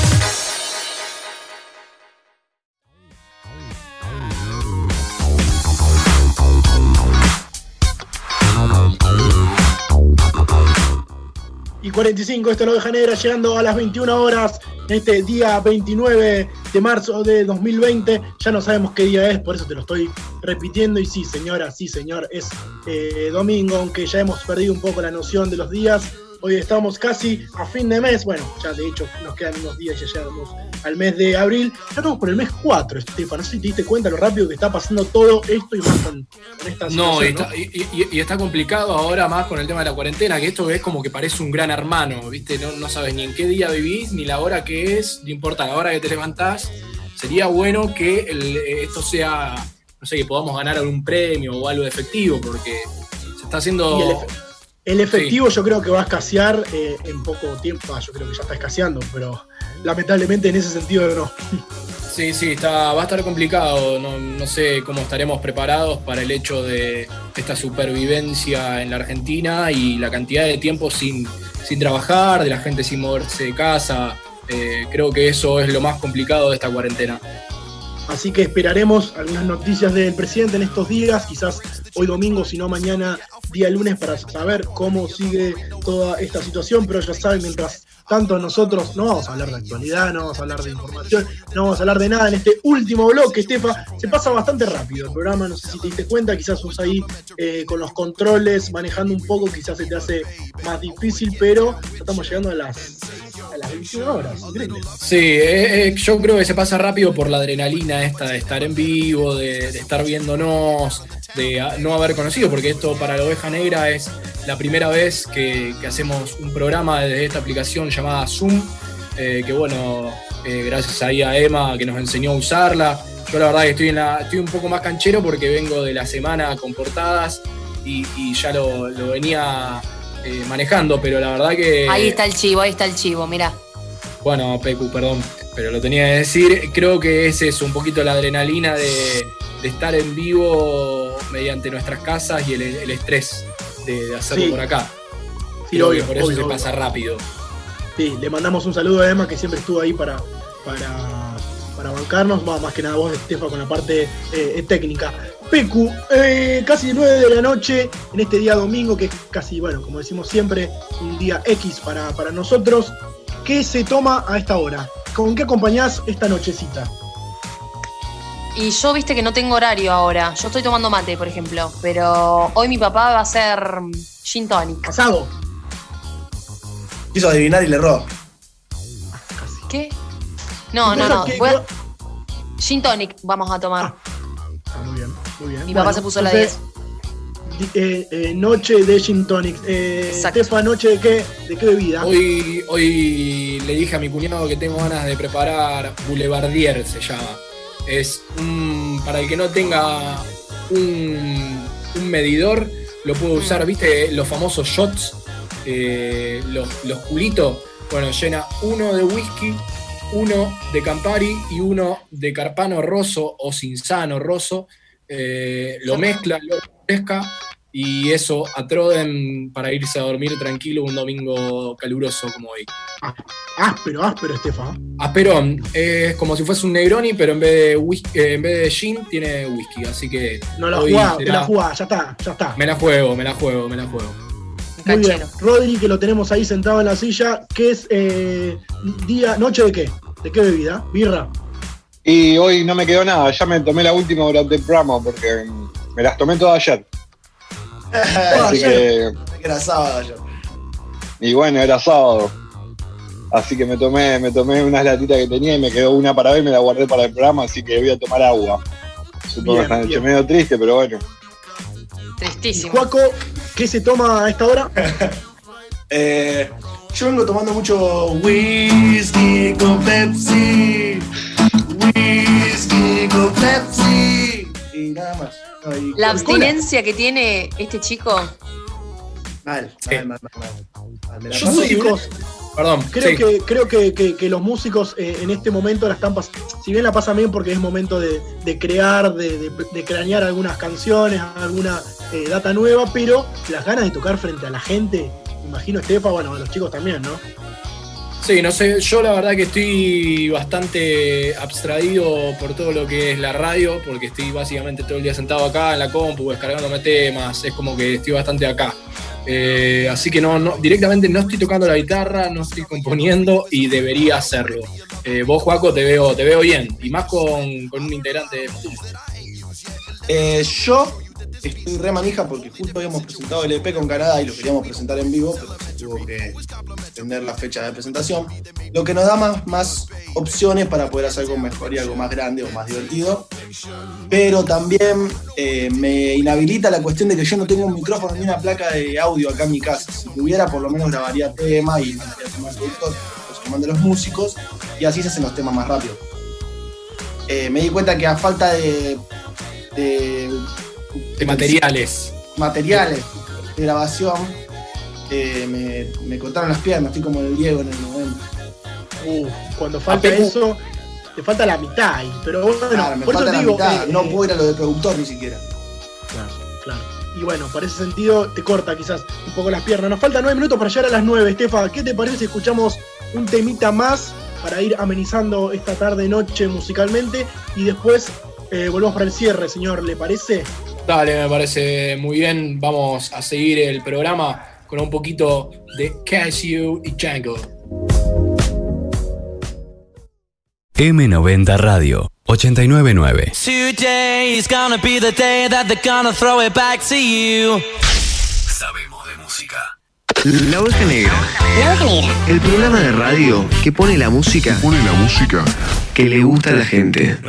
Y 45, esto es La Oveja Negra, llegando a las 21 horas, este día 29 de marzo de 2020. Ya no sabemos qué día es, por eso te lo estoy repitiendo. Y sí, señora, sí, señor, es domingo, aunque ya hemos perdido un poco la noción de los días. Hoy estamos casi a fin de mes. Bueno, ya de hecho nos quedan unos días y ya llegamos al mes de abril. Ya estamos por el mes 4, Estefan. No sé si te diste cuenta lo rápido que está pasando todo esto y más con esta No, situación, y está complicado ahora más con el tema de la cuarentena, que esto es como que parece un gran hermano, ¿viste? No sabes ni en qué día vivís, ni la hora que es, no importa la hora que te levantás. Sería bueno que esto sea, no sé, que podamos ganar algún premio o algo de efectivo, porque se está haciendo... Y el efectivo yo creo que va a escasear en poco tiempo. Yo creo que ya está escaseando, pero lamentablemente en ese sentido no. Sí, va a estar complicado. No sé cómo estaremos preparados para el hecho de esta supervivencia en la Argentina y la cantidad de tiempo sin trabajar, de la gente sin moverse de casa. Creo que eso es lo más complicado de esta cuarentena. Así que esperaremos algunas noticias del presidente en estos días, quizás hoy domingo, si no mañana, día lunes, para saber cómo sigue toda esta situación. Pero ya saben, mientras tanto nosotros no vamos a hablar de actualidad, no vamos a hablar de información, no vamos a hablar de nada en este último bloque, Estefa. Se pasa bastante rápido el programa, no sé si te diste cuenta, quizás sos ahí con los controles, manejando un poco, quizás se te hace más difícil, pero ya estamos llegando a las 21 horas, increíble. Sí, yo creo que se pasa rápido por la adrenalina esta de estar en vivo, de estar viéndonos, de no haber conocido, porque esto para la Oveja Negra es la primera vez que hacemos un programa desde esta aplicación llamada Zoom, que bueno, gracias ahí a Emma que nos enseñó a usarla, Yo la verdad que estoy un poco más canchero porque vengo de la semana con portadas y ya lo venía manejando, pero la verdad que... Ahí está el chivo, mirá. Bueno, Pecu, perdón, pero lo tenía que decir. Creo que es eso, un poquito la adrenalina de estar en vivo mediante nuestras casas y el estrés de hacerlo por acá. Sí, creo obvio, que por eso obvio, se obvio. pasa rápido. Sí, le mandamos un saludo a Emma, que siempre estuvo ahí para bancarnos, más que nada vos, Estefa, con la parte técnica. Pecu, casi 9 de la noche, en este día domingo, que es casi, bueno, como decimos siempre, un día X para nosotros. ¿Qué se toma a esta hora? ¿Con qué acompañás esta nochecita? Y yo, viste que no tengo horario ahora. Yo estoy tomando mate, por ejemplo. Pero hoy mi papá va a hacer gin tonic. ¿Casado? Quiso adivinar y le erró. ¿Qué? No. Gin tonic vamos a tomar. Muy bien, muy bien. Mi papá se puso la 10. Noche de gin tonic. Estefa, ¿noche de qué? ¿De qué bebida? Hoy le dije a mi cuñado que tengo ganas de preparar Boulevardier, se llama. Es para el que no tenga un medidor, lo puede usar, ¿viste? Los famosos shots, los culitos. Bueno, llena uno de whisky, uno de Campari y uno de Carpano Rosso o Cinzano Rosso. Lo mezcla, lo refresca y eso a Troden para irse a dormir tranquilo un domingo caluroso como hoy. Áspero, Estefa. Asperón, es como si fuese un Negroni, pero en vez de whisky, en vez de gin tiene whisky, así que no la jugás, te la jugás, ya está. Me la juego. Muy bien, Rodri, que lo tenemos ahí sentado en la silla, ¿qué es noche de qué? ¿De qué bebida? ¿Birra? Y hoy no me quedó nada, ya me tomé la última durante el programa porque me las tomé todas ayer. Así que... Era sábado ayer. Y bueno, era sábado. Así que me tomé unas latitas que tenía y me quedó una para ver y me la guardé para el programa, así que voy a tomar agua. Supongo que esta noche medio triste, pero bueno. Tristísimo. Juaco, ¿qué se toma a esta hora? Yo vengo tomando mucho whisky con Pepsi. Whisky con Pepsi. Y nada más. La abstinencia que tiene este chico. Mal. Yo músicos. Perdón. Creo que los músicos en este momento la están pasando. Si bien la pasan bien porque es momento de crear, de cranear algunas canciones, alguna data nueva, pero las ganas de tocar frente a la gente, imagino, Estefa, bueno, a los chicos también, ¿no? Sí, no sé, yo la verdad que estoy bastante abstraído por todo lo que es la radio, porque estoy básicamente todo el día sentado acá en la compu, descargándome temas, es como que estoy bastante acá. Así que no, directamente no estoy tocando la guitarra, no estoy componiendo y debería hacerlo. Vos, Juaco, te veo bien, y más con un integrante de yo estoy re manija porque justo habíamos presentado el EP con Canadá y lo queríamos presentar en vivo, pero se tuvo que extender la fecha de presentación, lo que nos da más opciones para poder hacer algo mejor y algo más grande o más divertido, pero también me inhabilita la cuestión de que yo no tengo un micrófono ni una placa de audio acá en mi casa. Si tuviera, por lo menos grabaría tema y mandaría tema al productor, los que manden los músicos, y así se hacen los temas más rápido. Me di cuenta que a falta de materiales de grabación, me cortaron las piernas, estoy como el Diego en el 90. Cuando falta eso, te falta la mitad ahí, pero bueno, claro, me por falta eso la digo, mitad, no puedo ir a lo de productor ni siquiera. Claro. Y bueno, por ese sentido te corta quizás un poco las piernas. Nos faltan 9 minutos para llegar a las 9, Estefa. ¿Qué te parece si escuchamos un temita más para ir amenizando esta tarde-noche musicalmente? Y después volvemos para el cierre, señor, ¿le parece? Dale, me parece muy bien. Vamos a seguir el programa con un poquito de Casio y Django. M90 Radio 899. Today is gonna be the day that they're gonna throw it back to you. Sabemos de música. La Oveja Negra. El programa de radio que pone la música que le gusta a la gente.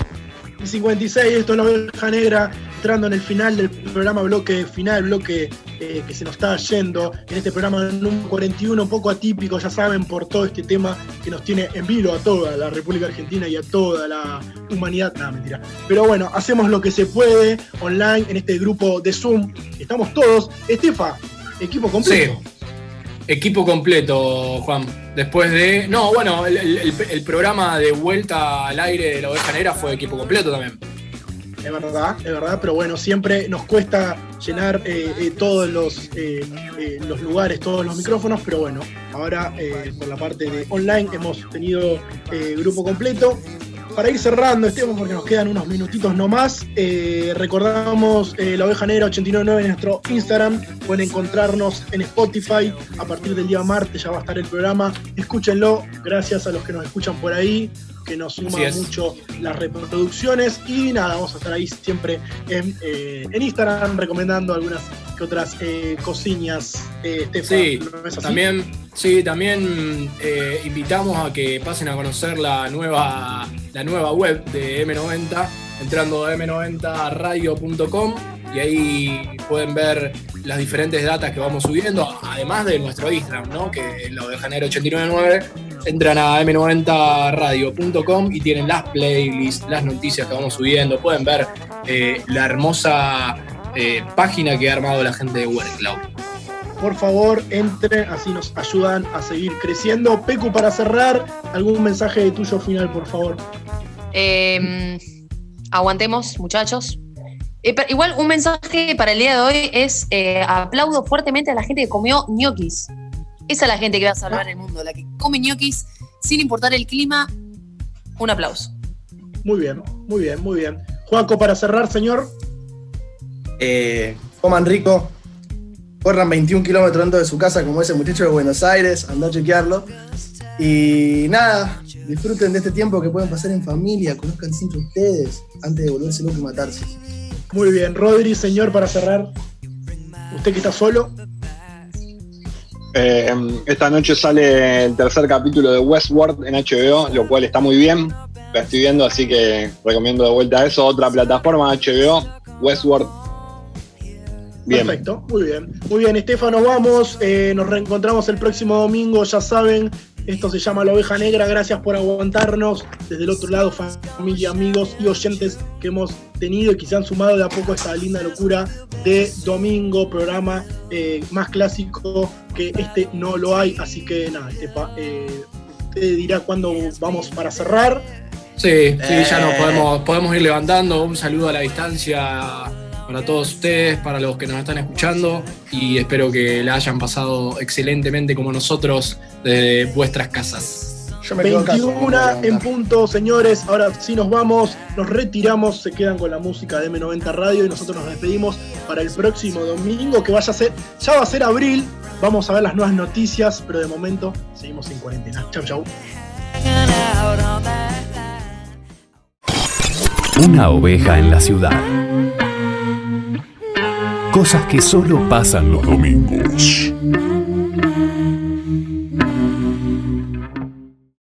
56, esto es La Oveja Negra, entrando en el final del programa, bloque final, bloque que se nos está yendo en este programa número 41, un poco atípico, ya saben, por todo este tema que nos tiene en vilo a toda la República Argentina y a toda la humanidad. Nada, mentira. Pero bueno, hacemos lo que se puede online en este grupo de Zoom. Estamos todos. Estefa, equipo completo. Sí. Equipo completo, Juan. Después de... No, bueno, el programa de vuelta al aire de La Oveja Negra fue equipo completo también. Es verdad, pero bueno, siempre nos cuesta llenar todos los lugares, todos los micrófonos, pero bueno, ahora por la parte de online hemos tenido grupo completo. Para ir cerrando, porque nos quedan unos minutitos nomás, recordamos La Oveja Negra 899 en nuestro Instagram. Pueden encontrarnos en Spotify. A partir del día martes ya va a estar el programa. Escúchenlo, gracias a los que nos escuchan por ahí, que nos suman mucho las reproducciones. Y nada, vamos a estar ahí siempre en Instagram recomendando algunas que otras cosillas. Sí, ¿no es así? También invitamos a que pasen a conocer la nueva web de M90, entrando a m90radio.com, y ahí pueden ver las diferentes datas que vamos subiendo, además de nuestro Instagram, ¿no? Que es La Oveja Negra 899. Entran a m90radio.com y tienen las playlists, las noticias que vamos subiendo. Pueden ver la hermosa página que ha armado la gente de Workcloud. Por favor, entren, así nos ayudan a seguir creciendo. Pecu, para cerrar, ¿algún mensaje tuyo final, por favor? Aguantemos, muchachos. Igual un mensaje para el día de hoy es aplaudo fuertemente a la gente que comió ñoquis. Esa es la gente que va a salvar el mundo, la que come ñoquis sin importar el clima. Un aplauso. Muy bien. Juaco, para cerrar, señor. Coman rico. Corran 21 kilómetros dentro de su casa como ese muchacho de Buenos Aires, andá a chequearlo. Y nada, disfruten de este tiempo que pueden pasar en familia, conozcanse entre ustedes antes de volverse loco y matarse. Muy bien, Rodri, señor, para cerrar, usted que está solo. Esta noche sale el tercer capítulo de Westworld en HBO, lo cual está muy bien. La estoy viendo, así que recomiendo de vuelta eso. Otra plataforma, HBO, Westworld. Bien. Perfecto, muy bien, Estefano, vamos, nos reencontramos el próximo domingo, ya saben, esto se llama La Oveja Negra. Gracias por aguantarnos desde el otro lado, familia, amigos y oyentes que hemos tenido y que se han sumado de a poco a esta linda locura de domingo, programa más clásico que este no lo hay, así que nada, Estefa, usted dirá cuándo vamos para cerrar. Sí, ya nos podemos ir levantando. Un saludo a la distancia para todos ustedes, para los que nos están escuchando, y espero que la hayan pasado excelentemente como nosotros desde vuestras casas. 21 en punto, señores. Ahora sí nos vamos, nos retiramos, se quedan con la música de M90 Radio y nosotros nos despedimos para el próximo domingo, que ya va a ser abril. Vamos a ver las nuevas noticias, pero de momento seguimos en cuarentena. Chau. Una oveja en la ciudad. Cosas que solo pasan los domingos.